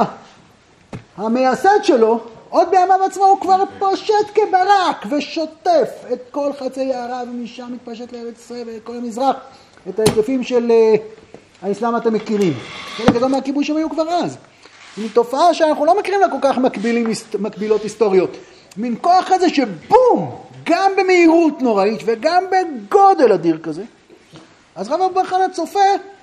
המייסד שלו, עוד בימיו עצמו הוא כבר פושט כברק ושוטף את כל חצי הערב, ומשם מתפשט לארץ ישראל וכל המזרח, את ההיקפים של האסלאם אתם מכירים. חלק גדול מהכיבוש הם היו כבר אז. זו תופעה שאנחנו לא מכירים לה כל כך מקבילים, מקבילות היסטוריות. מן כוח כזה שבום, גם במהירות נוראית וגם בגודל אדיר כזה. אז רב אבא בר חנא צופה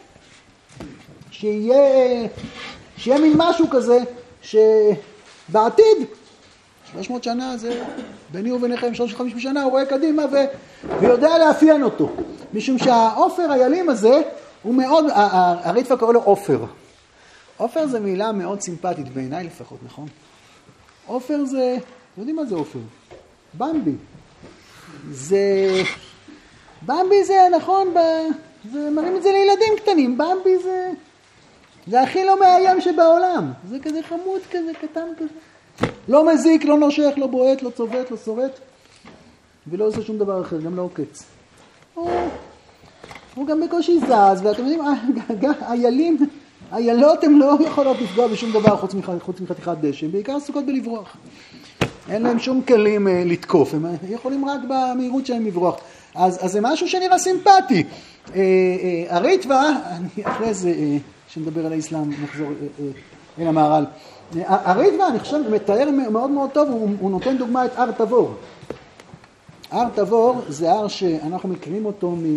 שיהיה, שיהיה מין משהו כזה שבעתיד, שלוש מאות שנה זה ביני וביניכם, שלוש מאות וחמישים שנה, הוא רואה קדימה ו... ויודע לאפיין אותו. משום שהאופר הילים הזה הוא מאוד, הריטב"א קורא לו אופר. אופר זה מילה מאוד סימפטית בעיניי לפחות, נכון? עופר זה, לא יודעים מה זה עופר? במבי. זה, במבי זה נכון, ב... זה מראים את זה לילדים קטנים, במבי זה, זה הכי לא מאיים שבעולם. זה כזה חמוד כזה, קטן כזה. לא מזיק, לא נושך, לא בועט, לא צובט, לא שורט. ולא עושה שום דבר אחר, גם לא עוקץ. הוא, הוא גם בקושי זז, ואתם יודעים, איילים, איילות הן לא יכולות לפגוע בשום דבר חוץ, מח, חוץ מחתיכת דשא, בעיקר עסוקות בלברוח. אין להם שום כלים uh, לתקוף, הם יכולים רק במהירות שלהם לברוח. אז, אז זה משהו שנראה סימפטי. Uh, uh, הריטווה, אני אחרי זה, uh, שנדבר על האסלאם, נחזור uh, uh, אל המהר"ל. Uh, הריטווה, אני חושב, מתאר מאוד מאוד טוב, הוא, הוא נותן דוגמה את הר תבור. הר תבור זה הר שאנחנו מכירים אותו מ...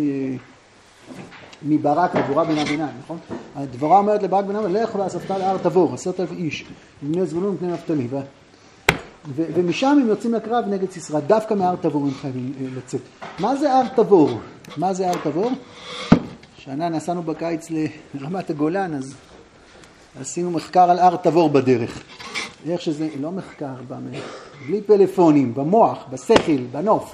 מברק, דבורה בן הביניים, נכון? הדבורה אומרת לברק בן הביניים, לך ואספת להר תבור, עשרת אלף איש, מבני זבולון ובני נפתלי. ו... ו... ומשם הם יוצאים לקרב נגד סיסרא, דווקא מהר תבור הם חייבים לצאת. מה זה הר תבור? מה זה הר תבור? שנה נסענו בקיץ לרמת הגולן, אז עשינו מחקר על הר תבור בדרך. איך שזה, לא מחקר, בלי פלאפונים, במוח, בשכל, בנוף.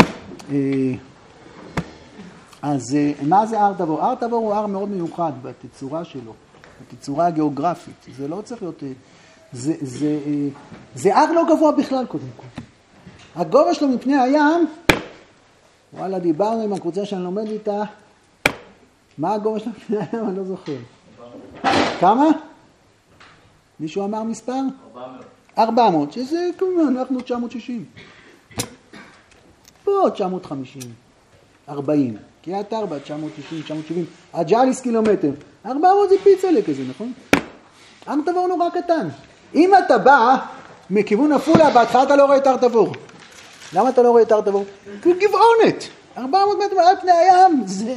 אז מה זה הר תבור? הר תבור הוא הר מאוד מיוחד בתצורה שלו, בתצורה הגיאוגרפית. זה לא צריך להיות, זה, זה, זה הר לא גבוה בכלל קודם כל. הגובה שלו מפני הים, וואלה, דיברנו עם הקבוצה שאני לומד איתה, מה הגובה שלו מפני הים? אני לא זוכר. כמה? מישהו אמר מספר? ארבע מאות. ארבע מאות, שזה כמובן, אנחנו תשע מאות שישים. פה תשע מאות חמישים, ארבעים. קריית ארבע, תשע מאות תשעים, תשע מאות שבעים. הג'אליס קילומטר. ארבע מאות זה פיצלה כזה, נכון? הר תבור נורא קטן. אם אתה בא מכיוון עפולה, בהתחלה אתה לא רואה את הר תבור. למה אתה לא רואה את הר תבור? כי הוא גבעונת. ארבע מאות מטר על פני הים, זה...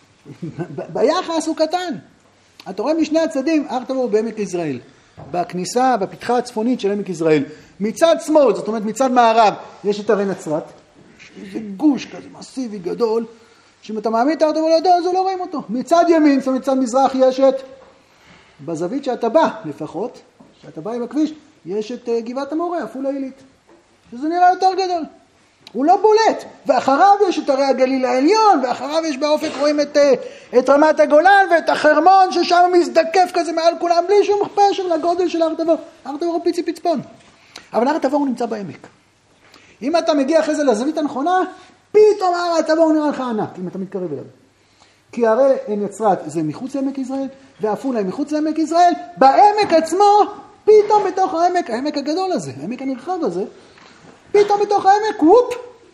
ביחס הוא קטן. אתה רואה משני הצדדים, הר תבור בעמק יזרעאל. בכניסה, בפתחה הצפונית של עמק יזרעאל. מצד שמאל, זאת אומרת מצד מערב, יש את הרי נצרת. זה גוש כזה מסיבי גדול, שאם אתה מעמיד את הר תבור לידו, אז לא רואים אותו. מצד ימין, זאת אומרת מצד מזרח, יש את... בזווית שאתה בא, לפחות, שאתה בא עם הכביש, יש את גבעת המורה, עפולה עילית. שזה נראה יותר גדול. הוא לא בולט. ואחריו יש את הרי הגליל העליון, ואחריו יש באופק רואים את, את רמת הגולן ואת החרמון, ששם מזדקף כזה מעל כולם, בלי שום פשר לגודל של הר תבור. הר תבור הוא פיצי פצפון. אבל הר תבור נמצא בעמק. אם אתה מגיע אחרי זה לזווית הנכונה, פתאום הר תבור נראה לך ענק, אם אתה מתקרב אליו. כי הרי נצרת זה מחוץ לעמק יזרעאל, ועפולה מחוץ לעמק יזרעאל, בעמק עצמו, פתאום בתוך העמק, העמק הגדול הזה, העמק הנרחב הזה, פתאום בתוך העמק, וופ,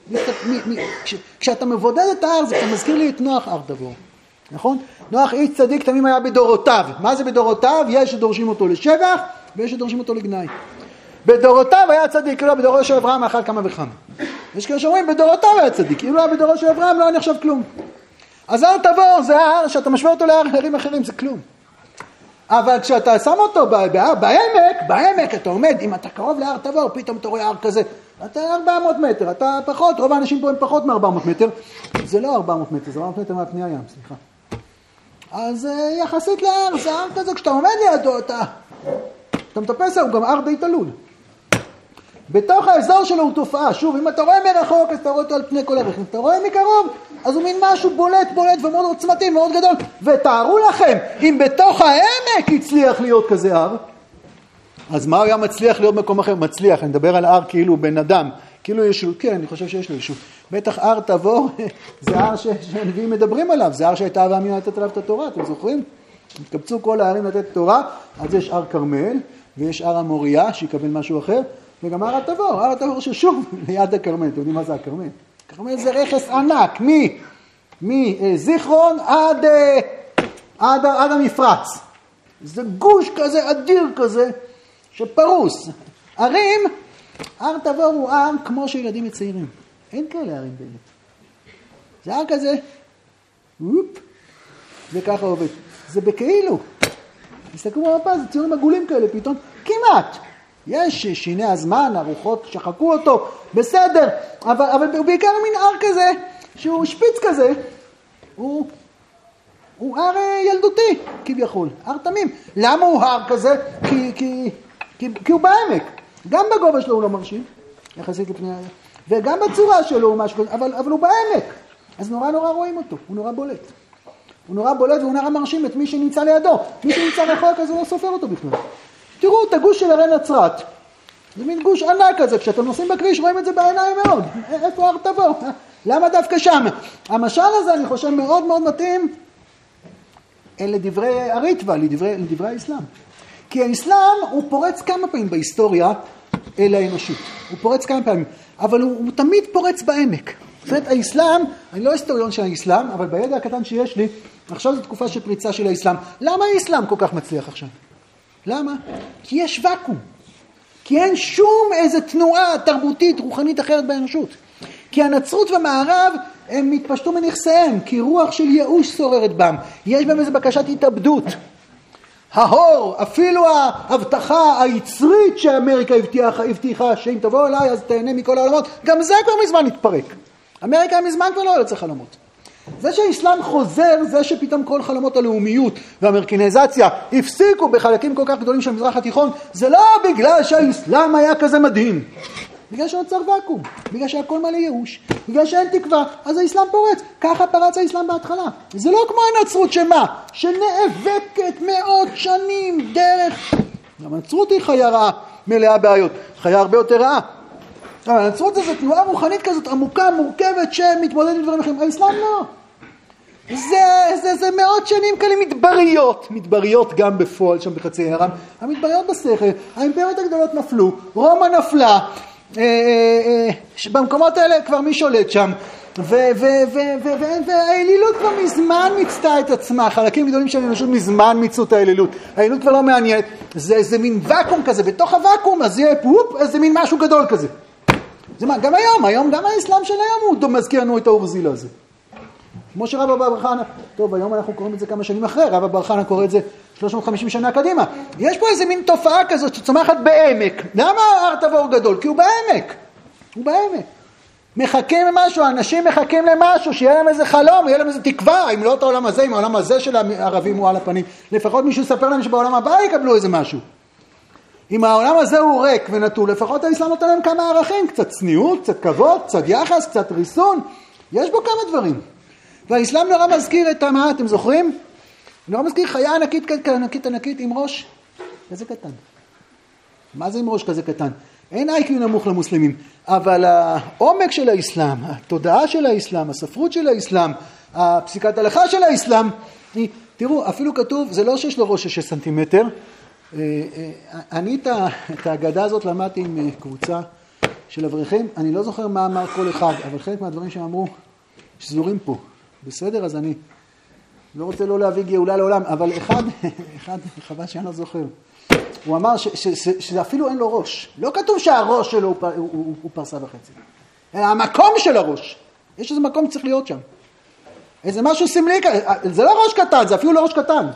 כשאתה מבודד את ההר, זה אתה מזכיר לי את נוח הר תבור, נכון? נוח איש צדיק תמים היה בדורותיו. מה זה בדורותיו? יש שדורשים אותו לשבח, ויש שדורשים אותו לגנאי. בדורותיו היה צדיק, כאילו בדורו של אברהם אכל כמה וכמה. יש כאלה שאומרים, בדורותיו היה צדיק, כאילו היה בדורו של אברהם לא היה נחשב כלום. אז הר תבור זה ההר, שאתה משווה אותו להרים אחרים, זה כלום. אבל כשאתה שם אותו בעמק, בעמק אתה עומד, אם אתה קרוב להר תבור, פתאום אתה רואה הר כזה, אתה ארבע מאות מטר, אתה פחות, רוב האנשים פה הם פחות מ-ארבע מאות מטר, זה לא ארבע מאות מטר, זה ארבע מאות מטר מהפני הים, סליחה. אז יחסית להר, זה הר כזה, כשאתה עומד לידו, אתה, אתה מטפס, הוא גם הר די תלול. בתוך האזור שלו הוא תופעה, שוב, אם אתה רואה מרחוק, אז אתה רואה אותו על פני כל ערך, אם אתה רואה מקרוב, אז הוא מין משהו בולט, בולט ומאוד עוצמתי, מאוד גדול. ותארו לכם, אם בתוך העמק הצליח להיות כזה הר, אז מה הוא היה מצליח להיות מקום אחר? מצליח, אני מדבר על הר כאילו בן אדם, כאילו יש לו, כן, אני חושב שיש לו ישוב. בטח הר תבור, זה הר שהנביאים מדברים עליו, זה הר שהייתה אברהם אבינו לתת עליו את התורה, אתם זוכרים? התקבצו כל הערים לתת תורה, אז יש הר כרמל, ויש הר המוריה, שיקבל משהו אחר, וגם הר התבור, הר התבור ששוב ליד הכרמל, אתם יודעים מה זה הכרמל? הכרמל זה רכס ענק, מי? מזיכרון עד, עד, עד המפרץ. זה גוש כזה, אדיר כזה, שפרוס. ערים, הר תבור הוא הר כמו שילדים מצעירים. אין כאלה ערים באמת. זה הר כזה, וופ, זה ככה עובד. זה בכאילו. תסתכלו במפה, זה ציורים עגולים כאלה פתאום, כמעט. יש שיני הזמן, הרוחות שחקו אותו, בסדר, אבל, אבל הוא בעיקר מין הר כזה, שהוא שפיץ כזה, הוא, הוא הר ילדותי, כביכול, הר תמים. למה הוא הר כזה? כי, כי, כי, כי הוא בעמק. גם בגובה שלו הוא לא מרשים, יחסית לפני, וגם בצורה שלו הוא משהו, אבל, אבל הוא בעמק. אז נורא נורא רואים אותו, הוא נורא בולט. הוא נורא בולט והוא נורא מרשים את מי שנמצא לידו. מי שנמצא רחוק אז הוא לא סופר אותו בכלל. תראו את הגוש של הרי נצרת. זה מין גוש ענק כזה, כשאתם נוסעים בכביש רואים את זה בעיניים מאוד. איפה הר תבור? למה דווקא שם? המשל הזה אני חושב מאוד מאוד מתאים לדברי הריטווה, לדברי, לדברי האסלאם. כי האסלאם הוא פורץ כמה פעמים בהיסטוריה אל האנושית. הוא פורץ כמה פעמים, אבל הוא, הוא תמיד פורץ בעמק. זאת אומרת, האסלאם, אני לא היסטוריון של האסלאם, אבל בידע הקטן שיש לי, עכשיו זו תקופה של פריצה של האסלאם. למה האסלאם כל כך מצליח עכשיו? למה? כי יש וקום. כי אין שום איזו תנועה תרבותית, רוחנית אחרת באנושות. כי הנצרות והמערב הם מתפשטו מנכסיהם, כי רוח של ייאוש שוררת בם. יש בהם איזו בקשת התאבדות. ההור, אפילו ההבטחה היצרית שאמריקה הבטיחה, הבטיחה שאם תבוא אליי אז תהנה מכל העולמות, גם זה כבר מזמן התפרק. אמריקה מזמן כבר לא יוצא חלומות. זה שהאסלאם חוזר, זה שפתאום כל חלומות הלאומיות והאמריקניזציה הפסיקו בחלקים כל כך גדולים של המזרח התיכון, זה לא בגלל שהאסלאם היה כזה מדהים. בגלל שנוצר וקום, בגלל שהכל מלא ייאוש, בגלל שאין תקווה, אז האסלאם פורץ. ככה פרץ האסלאם בהתחלה. זה לא כמו הנצרות שמה? שנאבקת מאות שנים דרך. הנצרות היא חיה רעה, מלאה בעיות. חיה הרבה יותר רעה. אבל הנצרות זה תנועה רוחנית כזאת עמוקה, מורכבת, שמתמודדת עם דברים אחרים. האסלאם לא. זה, זה, זה מאות שנים כאלה מדבריות. מדבריות גם בפועל שם בחצי הערב. המדבריות בשכל. האימפריות הגדולות נפלו. רומא נפלה. במקומות האלה כבר מי שולט שם, והאלילות כבר מזמן מיצתה את עצמה. חלקים גדולים של האנושות מזמן מיצו את האלילות. האלילות כבר לא מעניינת. זה, זה מין וקום כזה, בתוך הוואקום אז יהיה פופ, איזה מין משהו גדול כזה. זה מה, גם היום, היום גם האסלאם של היום הוא מזכיר לנו את האורזיל הזה. כמו שרב אבא בר חנה, טוב, היום אנחנו קוראים את זה כמה שנים אחרי, רב אבא בר חנה קורא את זה שלוש מאות וחמישים שנה קדימה. יש פה איזה מין תופעה כזאת שצומחת בעמק. למה הר תבור גדול? כי הוא בעמק. הוא בעמק. מחכים למשהו, האנשים מחכים למשהו, שיהיה להם איזה חלום, יהיה להם איזה תקווה, אם לא את העולם הזה, אם העולם הזה של הערבים הוא על הפנים. לפחות מישהו יספר להם שבעולם הבא יקבלו איזה משהו. אם העולם הזה הוא ריק ונטול, לפחות האסלאם נותן להם כמה ערכים, קצת צניעות, קצת כבוד, קצת יחס, קצת ריסון. יש בו כמה דברים. והאסלאם נורא מזכיר את מה, אתם זוכרים? נורא מזכיר חיה ענקית, ענקית, ענקית עם ראש כזה קטן. מה זה עם ראש כזה קטן? אין איי-קיו נמוך למוסלמים, אבל העומק של האסלאם, התודעה של האסלאם, הספרות של האסלאם, הפסיקת הלכה של האסלאם, היא, תראו, אפילו כתוב, זה לא שיש לו ראש שש סנטימטר, אני את ההגדה הזאת למדתי עם קבוצה של אברכים, אני לא זוכר מה אמר כל אחד, אבל חלק מהדברים שהם אמרו שזורים פה. בסדר? אז אני לא רוצה לא להביא גאולה לעולם, אבל אחד, אחד, חבל שאני לא זוכר. הוא אמר ש, ש, ש, שזה אפילו אין לו ראש. לא כתוב שהראש שלו הוא, הוא, הוא, הוא פרסה וחצי. אלא המקום של הראש. יש איזה מקום שצריך להיות שם. איזה משהו סמלי, זה לא ראש קטן, זה אפילו לא ראש קטן.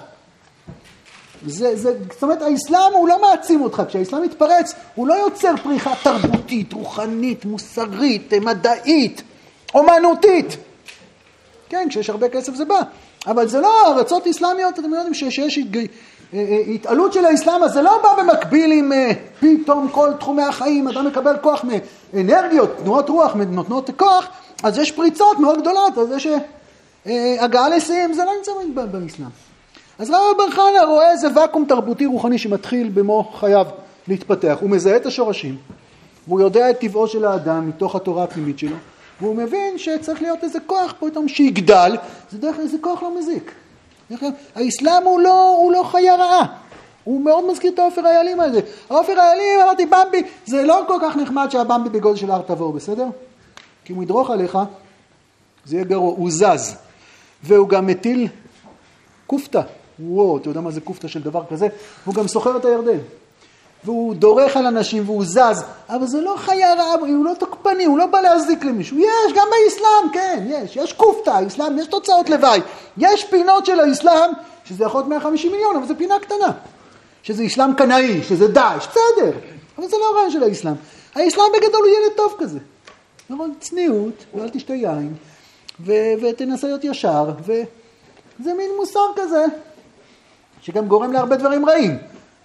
זה, זה, זאת אומרת, האסלאם הוא לא מעצים אותך. כשהאסלאם מתפרץ, הוא לא יוצר פריחה תרבותית, רוחנית, מוסרית, מדעית, אומנותית. כן, כשיש הרבה כסף זה בא. אבל זה לא, ארצות אסלאמיות, אתם יודעים שיש התעלות של האסלאם, אז זה לא בא במקביל עם פתאום כל תחומי החיים, אדם מקבל כוח מאנרגיות, תנועות רוח, נותנות כוח, אז יש פריצות מאוד גדולות, אז יש הגעה לשיאים, זה לא נמצא באסלאם. אז רב בר חנה רואה איזה וקום תרבותי רוחני שמתחיל במו חייו להתפתח. הוא מזהה את השורשים, והוא יודע את טבעו של האדם מתוך התורה הפנימית שלו, והוא מבין שצריך להיות איזה כוח פתאום שיגדל, זה דרך איזה כוח לא מזיק. האסלאם הוא לא, הוא לא חיה רעה. הוא מאוד מזכיר את האופר האיילים הזה. האופר האיילים, אמרתי, במבי, זה לא כל כך נחמד שהבמבי בגודל של הר תבור, בסדר? כי אם הוא ידרוך עליך, זה יהיה גרוע, הוא זז. והוא גם מטיל קופטה. וואו, אתה יודע מה זה קופטה של דבר כזה? והוא גם סוחר את הירדן. והוא דורך על אנשים והוא זז, אבל זה לא חיה רעה, הוא לא תוקפני, הוא לא בא להזיק למישהו. יש, גם באסלאם, כן, יש. יש קופטה, האסלאם, יש תוצאות לוואי. יש פינות של האסלאם, שזה יכול להיות מאה וחמישים מיליון, אבל זה פינה קטנה. שזה אסלאם קנאי, שזה דאעש, בסדר. אבל זה לא הרעיון של האסלאם. האסלאם בגדול הוא ילד טוב כזה. נכון, צניעות, ואל תשתה יין, ו- ותנסה להיות ישר, וזה מין מוסר כזה, שגם גורם להרבה דברים רעים.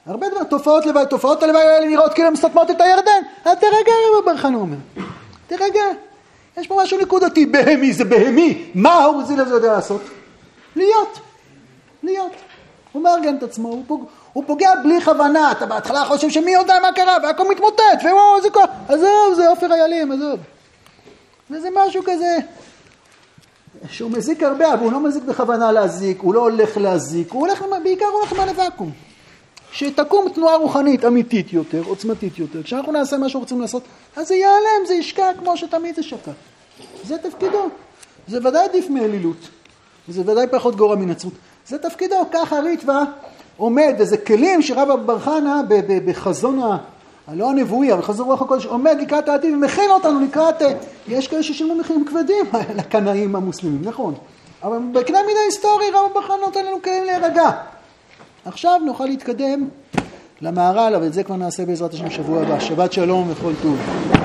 הרבה דבר, תופעות לוואי, תופעות הלוואי האלה נראות כאילו מסתתמות את הירדן. אז תרגע, רב בר חנא אומר. תרגע. יש פה משהו נקודתי, בהמי, זה בהמי. מה האורזיל הזה יודע לעשות? להיות. להיות. הוא מארגן את עצמו, הוא, פוג... הוא פוגע בלי כוונה. אתה בהתחלה חושב שמי יודע מה קרה, והכל מתמוטט, ווואו, זה כל... עזוב, זה אופר איילים, עזוב. וזה משהו כזה, שהוא מזיק הרבה, אבל הוא לא מזיק בכוונה להזיק, הוא לא הולך להזיק, הוא הולך, בעיקר הוא הולך מה לוואקום. שתקום תנועה רוחנית אמיתית יותר, עוצמתית יותר, כשאנחנו נעשה מה שרוצים לעשות, אז זה ייעלם, זה ישקע כמו שתמיד זה שקע. זה תפקידו. זה ודאי עדיף מאלילות. וזה ודאי פחות גורע מנצרות. זה תפקידו, ככה ריטווה עומד, איזה כלים שרב בר חנא בחזון ה... הלא הנבואי, אבל חזון רוח הקודש, עומד לקראת העתיד ומכין אותנו לקראת... יש כאלה ששילמו מחירים כבדים לקנאים המוסלמים, נכון. אבל בקנה מידה היסטורי, רב בר חנא נותן לנו כלים להירגע. עכשיו נוכל להתקדם למערל, אבל את זה כבר נעשה בעזרת השם שבוע הבא. שבת שלום וכל טוב.